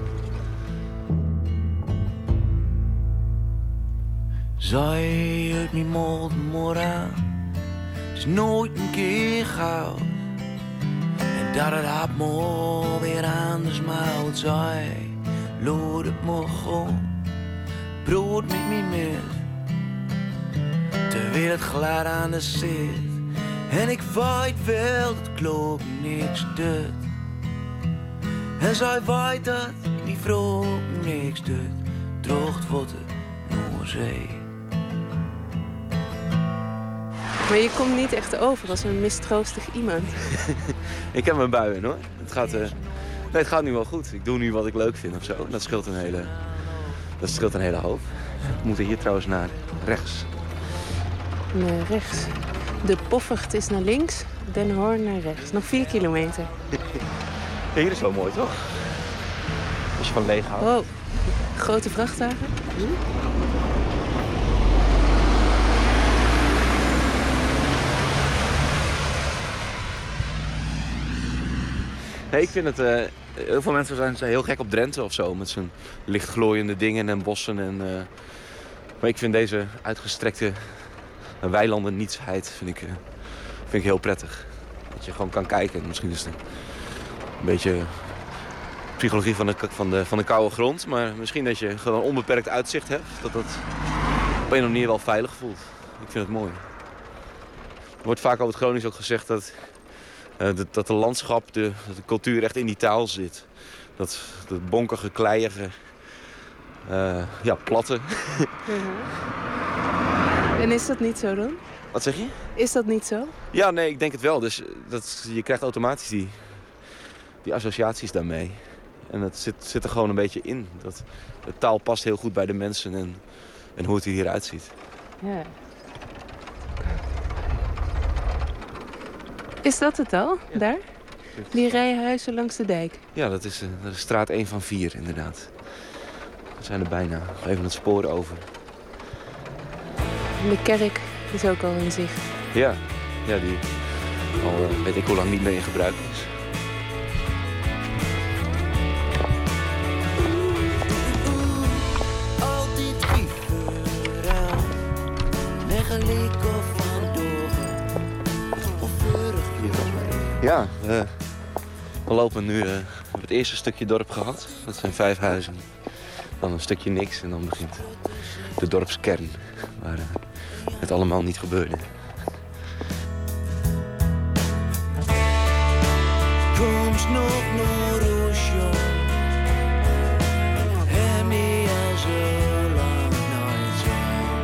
Zij uit mijn mond moraan, het is nooit een keer gauw. En dat het had me weer anders mouwt. Zij lood het me gewoon, brood met me met. Terwijl het glad aan de zit. En ik weet wel dat klopt niks doet. En zij weet dat die vrouw niks doet. Droogt wordt het Noordzee. Maar je komt niet echt over als een mistroostig iemand. Ik heb mijn buien, hoor. Het gaat, uh... nee, het gaat nu wel goed. Ik doe nu wat ik leuk vind of zo. Dat scheelt een hele, dat scheelt een hele hoop. We moeten hier trouwens naar rechts. Naar rechts. De Poffert is naar links, Den Hoorn naar rechts. Nog vier kilometer. Ja, hier is wel mooi, toch? Als je van leeg houdt. Oh, grote vrachtwagen. Nee, ik vind het... Uh, heel veel mensen zijn, zijn heel gek op Drenthe of zo. Met zijn lichtglooiende dingen en bossen. En, uh, maar ik vind deze uitgestrekte weilanden nietsheid vind ik, uh, vind ik heel prettig. Dat je gewoon kan kijken. Misschien is het een beetje psychologie van de, van, de, van de koude grond. Maar misschien dat je gewoon onbeperkt uitzicht hebt. Dat dat op een of andere manier wel veilig voelt. Ik vind het mooi. Er wordt vaak over het Gronings ook gezegd dat... Uh, dat, dat de landschap, de, dat de cultuur echt in die taal zit. Dat, dat bonkige, kleiige, uh, ja, platte. Uh-huh. En is dat niet zo dan? Wat zeg je? Is dat niet zo? Ja, nee, ik denk het wel. Dus dat, je krijgt automatisch die, die associaties daarmee. En dat zit, zit er gewoon een beetje in. Dat, de taal past heel goed bij de mensen en, en hoe het er hieruit ziet. Ja. Is dat het al, ja. Daar? Die rijhuizen langs de dijk? Ja, dat is, uh, dat is straat één van vier, inderdaad. We zijn er bijna. Even het spoor over. En de kerk is ook al in zicht. Ja, ja die al uh, weet ik hoe lang niet meer in gebruik is. Ja, uh, we lopen nu, uh, we hebben het eerste stukje dorp gehad. Dat zijn vijf huizen. Dan een stukje niks en dan begint de dorpskern. Waar uh, het allemaal niet gebeurde. Komst nog naar Oslo. En niet al zo lang nooit zo.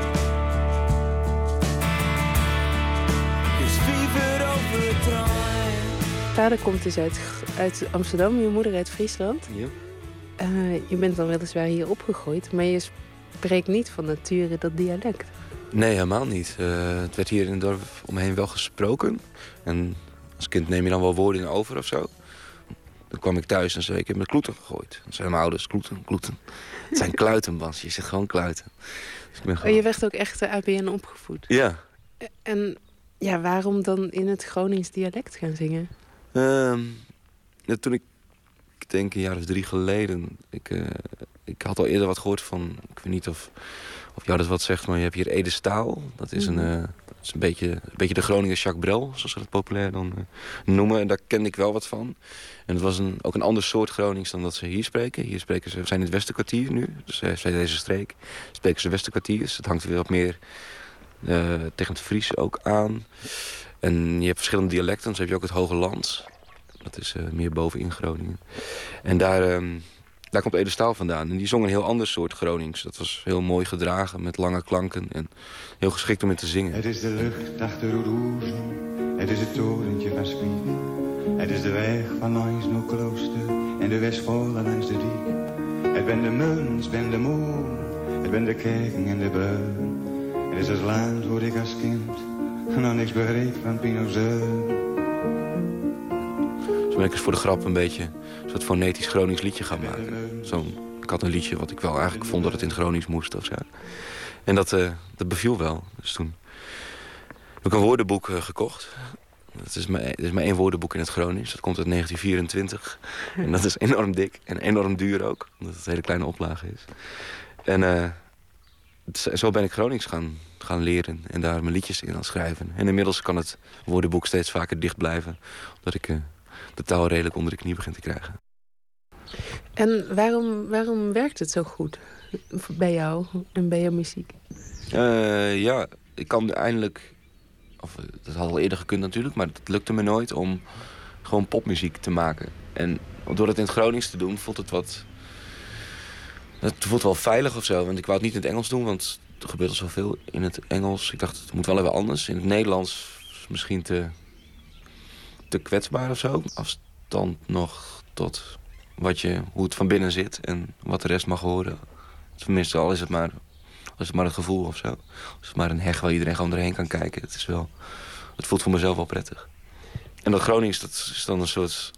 Dus fever over trein. Vader komt dus uit, uit Amsterdam, je moeder uit Friesland. Ja. Uh, je bent dan weliswaar hier opgegroeid, maar je spreekt niet van nature dat dialect. Nee, helemaal niet. Uh, het werd hier in het dorp omheen wel gesproken. En als kind neem je dan wel woorden in over of zo. Dan kwam ik thuis en zei ik heb met kloeten gegooid. Dan zeiden mijn ouders, kloeten, kloeten. Het zijn kluiten, Bas. Je zegt gewoon kluiten. Dus ik ben gewoon... Oh, je werd ook echt de A B N opgevoed? Ja. En ja, waarom dan in het Gronings dialect gaan zingen? Uh, ja, toen ik, ik denk een jaar of drie geleden... Ik, uh, ik had al eerder wat gehoord van... Ik weet niet of, of jou dat wat zegt, maar je hebt hier Ede Staal. Dat is, mm-hmm. een, uh, dat is een, beetje, een beetje de Groninger Jacques Brel, zoals ze dat populair dan uh, noemen. En daar kende ik wel wat van. En het was een, ook een ander soort Gronings dan dat ze hier spreken. Hier spreken ze, we zijn in het Westerkwartier nu, dus uh, deze streek. Spreken ze Westerkwartiers. Het hangt weer wat meer uh, tegen het Fries ook aan. En je hebt verschillende dialecten. Dus heb je ook het Hoge Land. Dat is uh, meer bovenin Groningen. En daar, um, daar komt Ede Staal vandaan. En die zong een heel ander soort Gronings. Dat was heel mooi gedragen met lange klanken. En heel geschikt om het te zingen. Het is de lucht achter Roeroezen. Het is het torentje van Spiek. Het is de weg van langs naar Klooster. En de Westvolle langs de Diek. Het ben de Muns, ben de Moon. Het ben de kerken en de Bruin. Het is het land waar ik als kind... nog niks begreep van Pinochet. Zo ben ik eens voor de grap een beetje een soort fonetisch Gronings liedje gaan maken. Zo'n, ik had een liedje wat ik wel eigenlijk vond dat het in het Gronings moest of zo. En dat, uh, dat beviel wel. Dus toen heb ik een woordenboek uh, gekocht. Het is, maar, het is maar één woordenboek in het Gronings. Dat komt uit negentien vierentwintig. En dat is enorm dik en enorm duur ook. Omdat het een hele kleine oplage is. En uh, zo ben ik Gronings gaan, gaan leren. En daar mijn liedjes in gaan schrijven. En inmiddels kan het woordenboek steeds vaker dicht blijven. Omdat ik uh, de taal redelijk onder de knie begin te krijgen. En waarom, waarom werkt het zo goed bij jou en bij jouw muziek? Uh, ja, ik kan eindelijk... Of, dat had al eerder gekund natuurlijk, maar het lukte me nooit om gewoon popmuziek te maken. En door het in het Gronings te doen, voelt het wat... Het voelt wel veilig of zo, want ik wou het niet in het Engels doen, want er gebeurt al zoveel in het Engels. Ik dacht, het moet wel even anders. In het Nederlands is het misschien te, te kwetsbaar of zo. Afstand nog tot wat je, hoe het van binnen zit en wat de rest mag horen. Tenminste, al is het maar... Al is het maar het gevoel of zo. Als het maar een heg waar iedereen gewoon doorheen kan kijken. Het, is wel, het voelt voor mezelf wel prettig. En dat Gronings, dat is dan een soort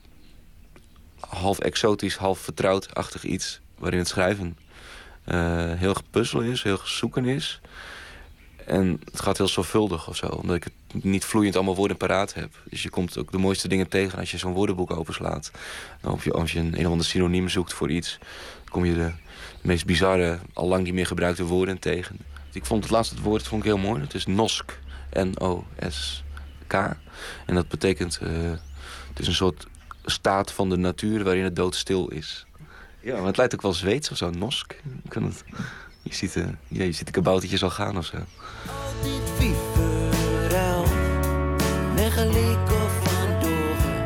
half exotisch, half vertrouwd-achtig iets. Waarin het schrijven uh, heel gepuzzelen is, heel gezoeken is. En het gaat heel zorgvuldig of zo. Omdat ik het niet vloeiend allemaal woorden paraat heb. Dus je komt ook de mooiste dingen tegen als je zo'n woordenboek openslaat. Of je, als je een, een of ander synoniem zoekt voor iets, kom je de... de meest bizarre, al lang niet meer gebruikte woorden tegen. Ik vond het laatste woord vond ik heel mooi. Het is nosk. N O S K. En dat betekent... Uh, het is een soort staat van de natuur waarin het doodstil is. Ja, maar het lijkt ook wel Zweeds of zo. Nosk. Kan het, je, ziet, uh, ja, je ziet de kaboutertjes al gaan of zo. Altijd viverel. Negelijk of van dogen.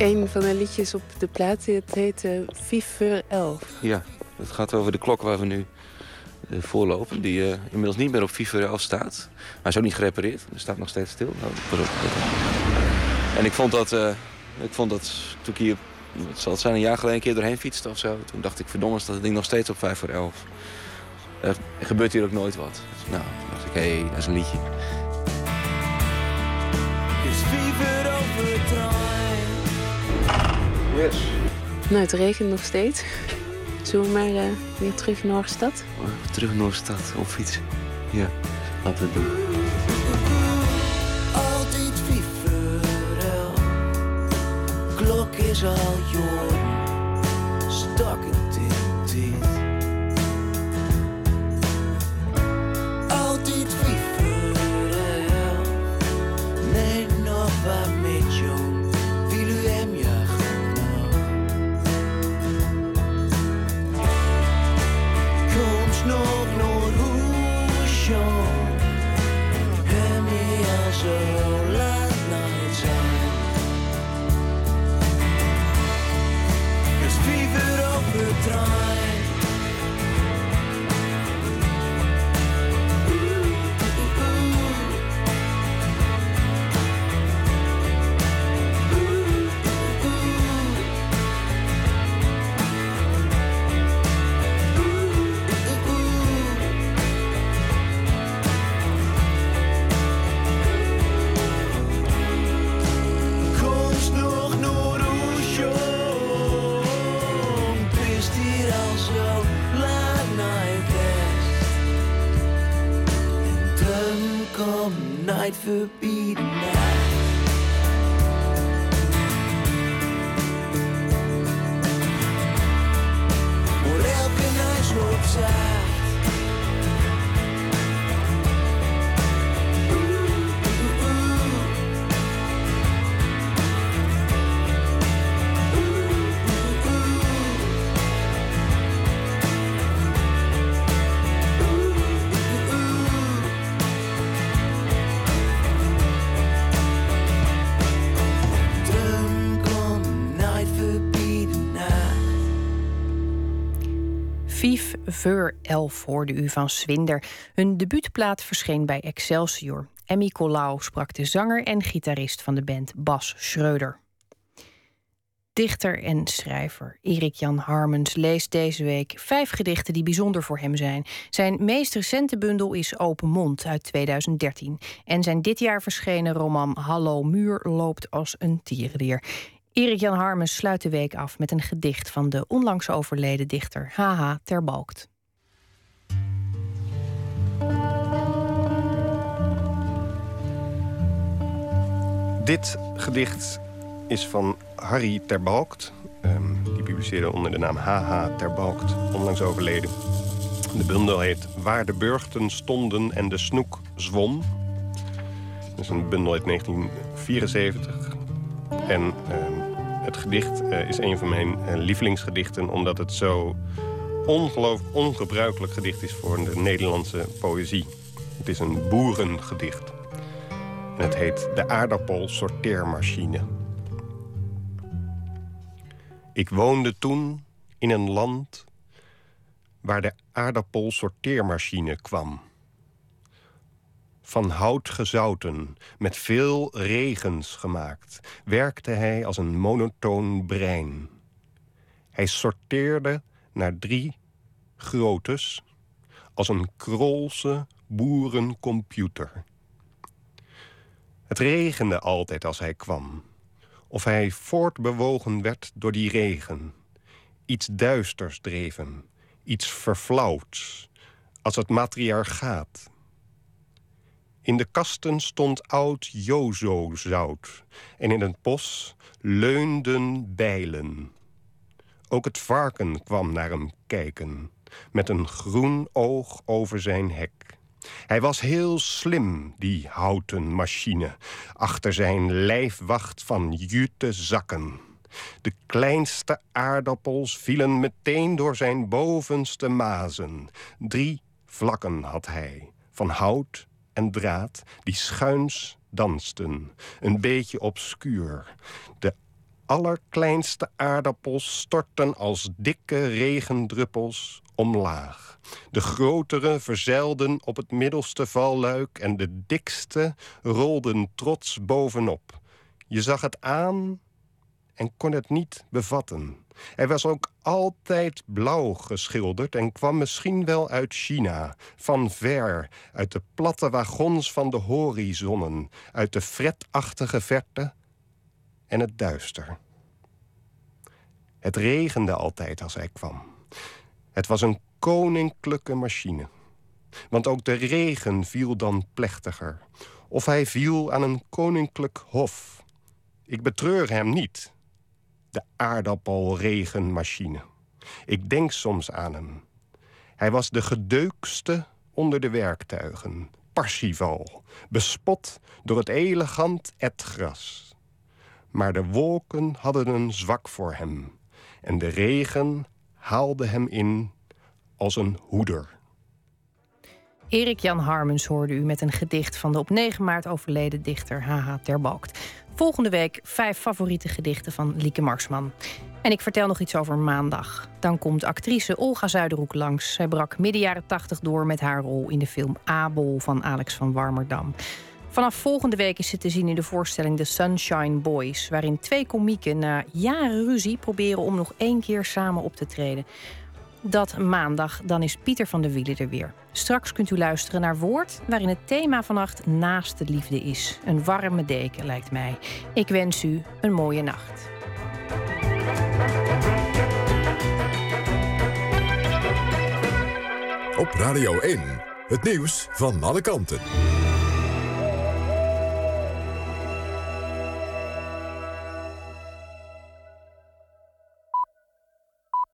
Een van de liedjes op de plaat, het heet uh, Vive elf. Ja, het gaat over de klok waar we nu uh, voorlopen. Die uh, inmiddels niet meer op Vive elf staat. Maar hij is ook niet gerepareerd. Hij staat nog steeds stil. Nou, pas op. En ik vond dat, uh, ik vond dat toen ik hier, het zal het zijn, een jaar geleden een keer doorheen fietste of zo. Toen dacht ik, verdomme, staat het ding nog steeds op vijf voor elf. Er gebeurt hier ook nooit wat. Dus, nou, toen dacht ik, hé, hey, dat is een liedje. Yes. Nou, het regent nog steeds. Zullen we maar uh, weer terug naar Noordstad? Oh, terug naar Noordstad, op fiets. Ja, laten we het doen. Altijd vijf klok is al jaren, stokkend in tijd. Altijd vijf nee, nog wat met jong, wil u hem jagen nog. Komst nog naar huis, jong, hem hier zo laat nooit zijn. Dus vijf op de trein. Night verbieden mij. Maar elke nacht loopt zacht. Vive voor elf hoorde u van Zwinder. Hun debuutplaat verscheen bij Excelsior. Emmy Colau sprak de zanger en gitarist van de band, Bas Schreuder. Dichter en schrijver Erik Jan Harmens leest deze week vijf gedichten die bijzonder voor hem zijn. Zijn meest recente bundel is Open Mond uit tweeduizend dertien. En zijn dit jaar verschenen roman Hallo Muur loopt als een tierenlier. Erik Jan Harmens sluit de week af met een gedicht van de onlangs overleden dichter H H ter Balkt. Dit gedicht is van Harry ter Balkt. Um, die publiceerde onder de naam H H ter Balkt, onlangs overleden. De bundel heet Waar de burchten stonden en de snoek zwom. Dat is een bundel uit negentien vierenzeventig. En um, het gedicht uh, is een van mijn uh, lievelingsgedichten, omdat het zo ongelooflijk ongebruikelijk gedicht is voor de Nederlandse poëzie. Het is een boerengedicht. En het heet De aardappelsorteermachine. Ik woonde toen in een land waar de aardappelsorteermachine kwam. Van hout gezouten, met veel regens gemaakt, werkte hij als een monotoon brein. Hij sorteerde naar drie groottes als een krolse boerencomputer. Het regende altijd als hij kwam, of hij voortbewogen werd door die regen. Iets duisters dreven, iets verflauwds, als het matriarchaat. In de kasten stond oud jozo-zout en in het bos leunden bijlen. Ook het varken kwam naar hem kijken, met een groen oog over zijn hek. Hij was heel slim, die houten machine, achter zijn lijfwacht van jute zakken. De kleinste aardappels vielen meteen door zijn bovenste mazen. Drie vlakken had hij, van hout en draad, die schuins dansten, een beetje obscuur. De allerkleinste aardappels stortten als dikke regendruppels omlaag. De grotere verzeilden op het middelste valluik en de dikste rolden trots bovenop. Je zag het aan en kon het niet bevatten. Hij was ook altijd blauw geschilderd en kwam misschien wel uit China. Van ver, uit de platte wagons van de horizonnen, uit de fretachtige verte en het duister. Het regende altijd als hij kwam. Het was een koninklijke machine. Want ook de regen viel dan plechtiger. Of hij viel aan een koninklijk hof. Ik betreur hem niet. De aardappelregenmachine. Ik denk soms aan hem. Hij was de gedeukste onder de werktuigen. Parsifal. Bespot door het elegant etgras. Maar de wolken hadden een zwak voor hem. En de regen haalde hem in als een hoeder. Erik Jan Harmens hoorde u met een gedicht van de op negen maart overleden dichter H H ter Balkt. Volgende week vijf favoriete gedichten van Lieke Marsman. En ik vertel nog iets over maandag. Dan komt actrice Olga Zuiderhoek langs. Zij brak midden jaren tachtig door met haar rol in de film Abel van Alex van Warmerdam. Vanaf volgende week is ze te zien in de voorstelling The Sunshine Boys, waarin twee komieken na jaren ruzie proberen om nog één keer samen op te treden. Dat maandag, dan is Pieter van der Wielen er weer. Straks kunt u luisteren naar Woord, waarin het thema vannacht naast de liefde is. Een warme deken, lijkt mij. Ik wens u een mooie nacht. Op Radio één, het nieuws van alle kanten.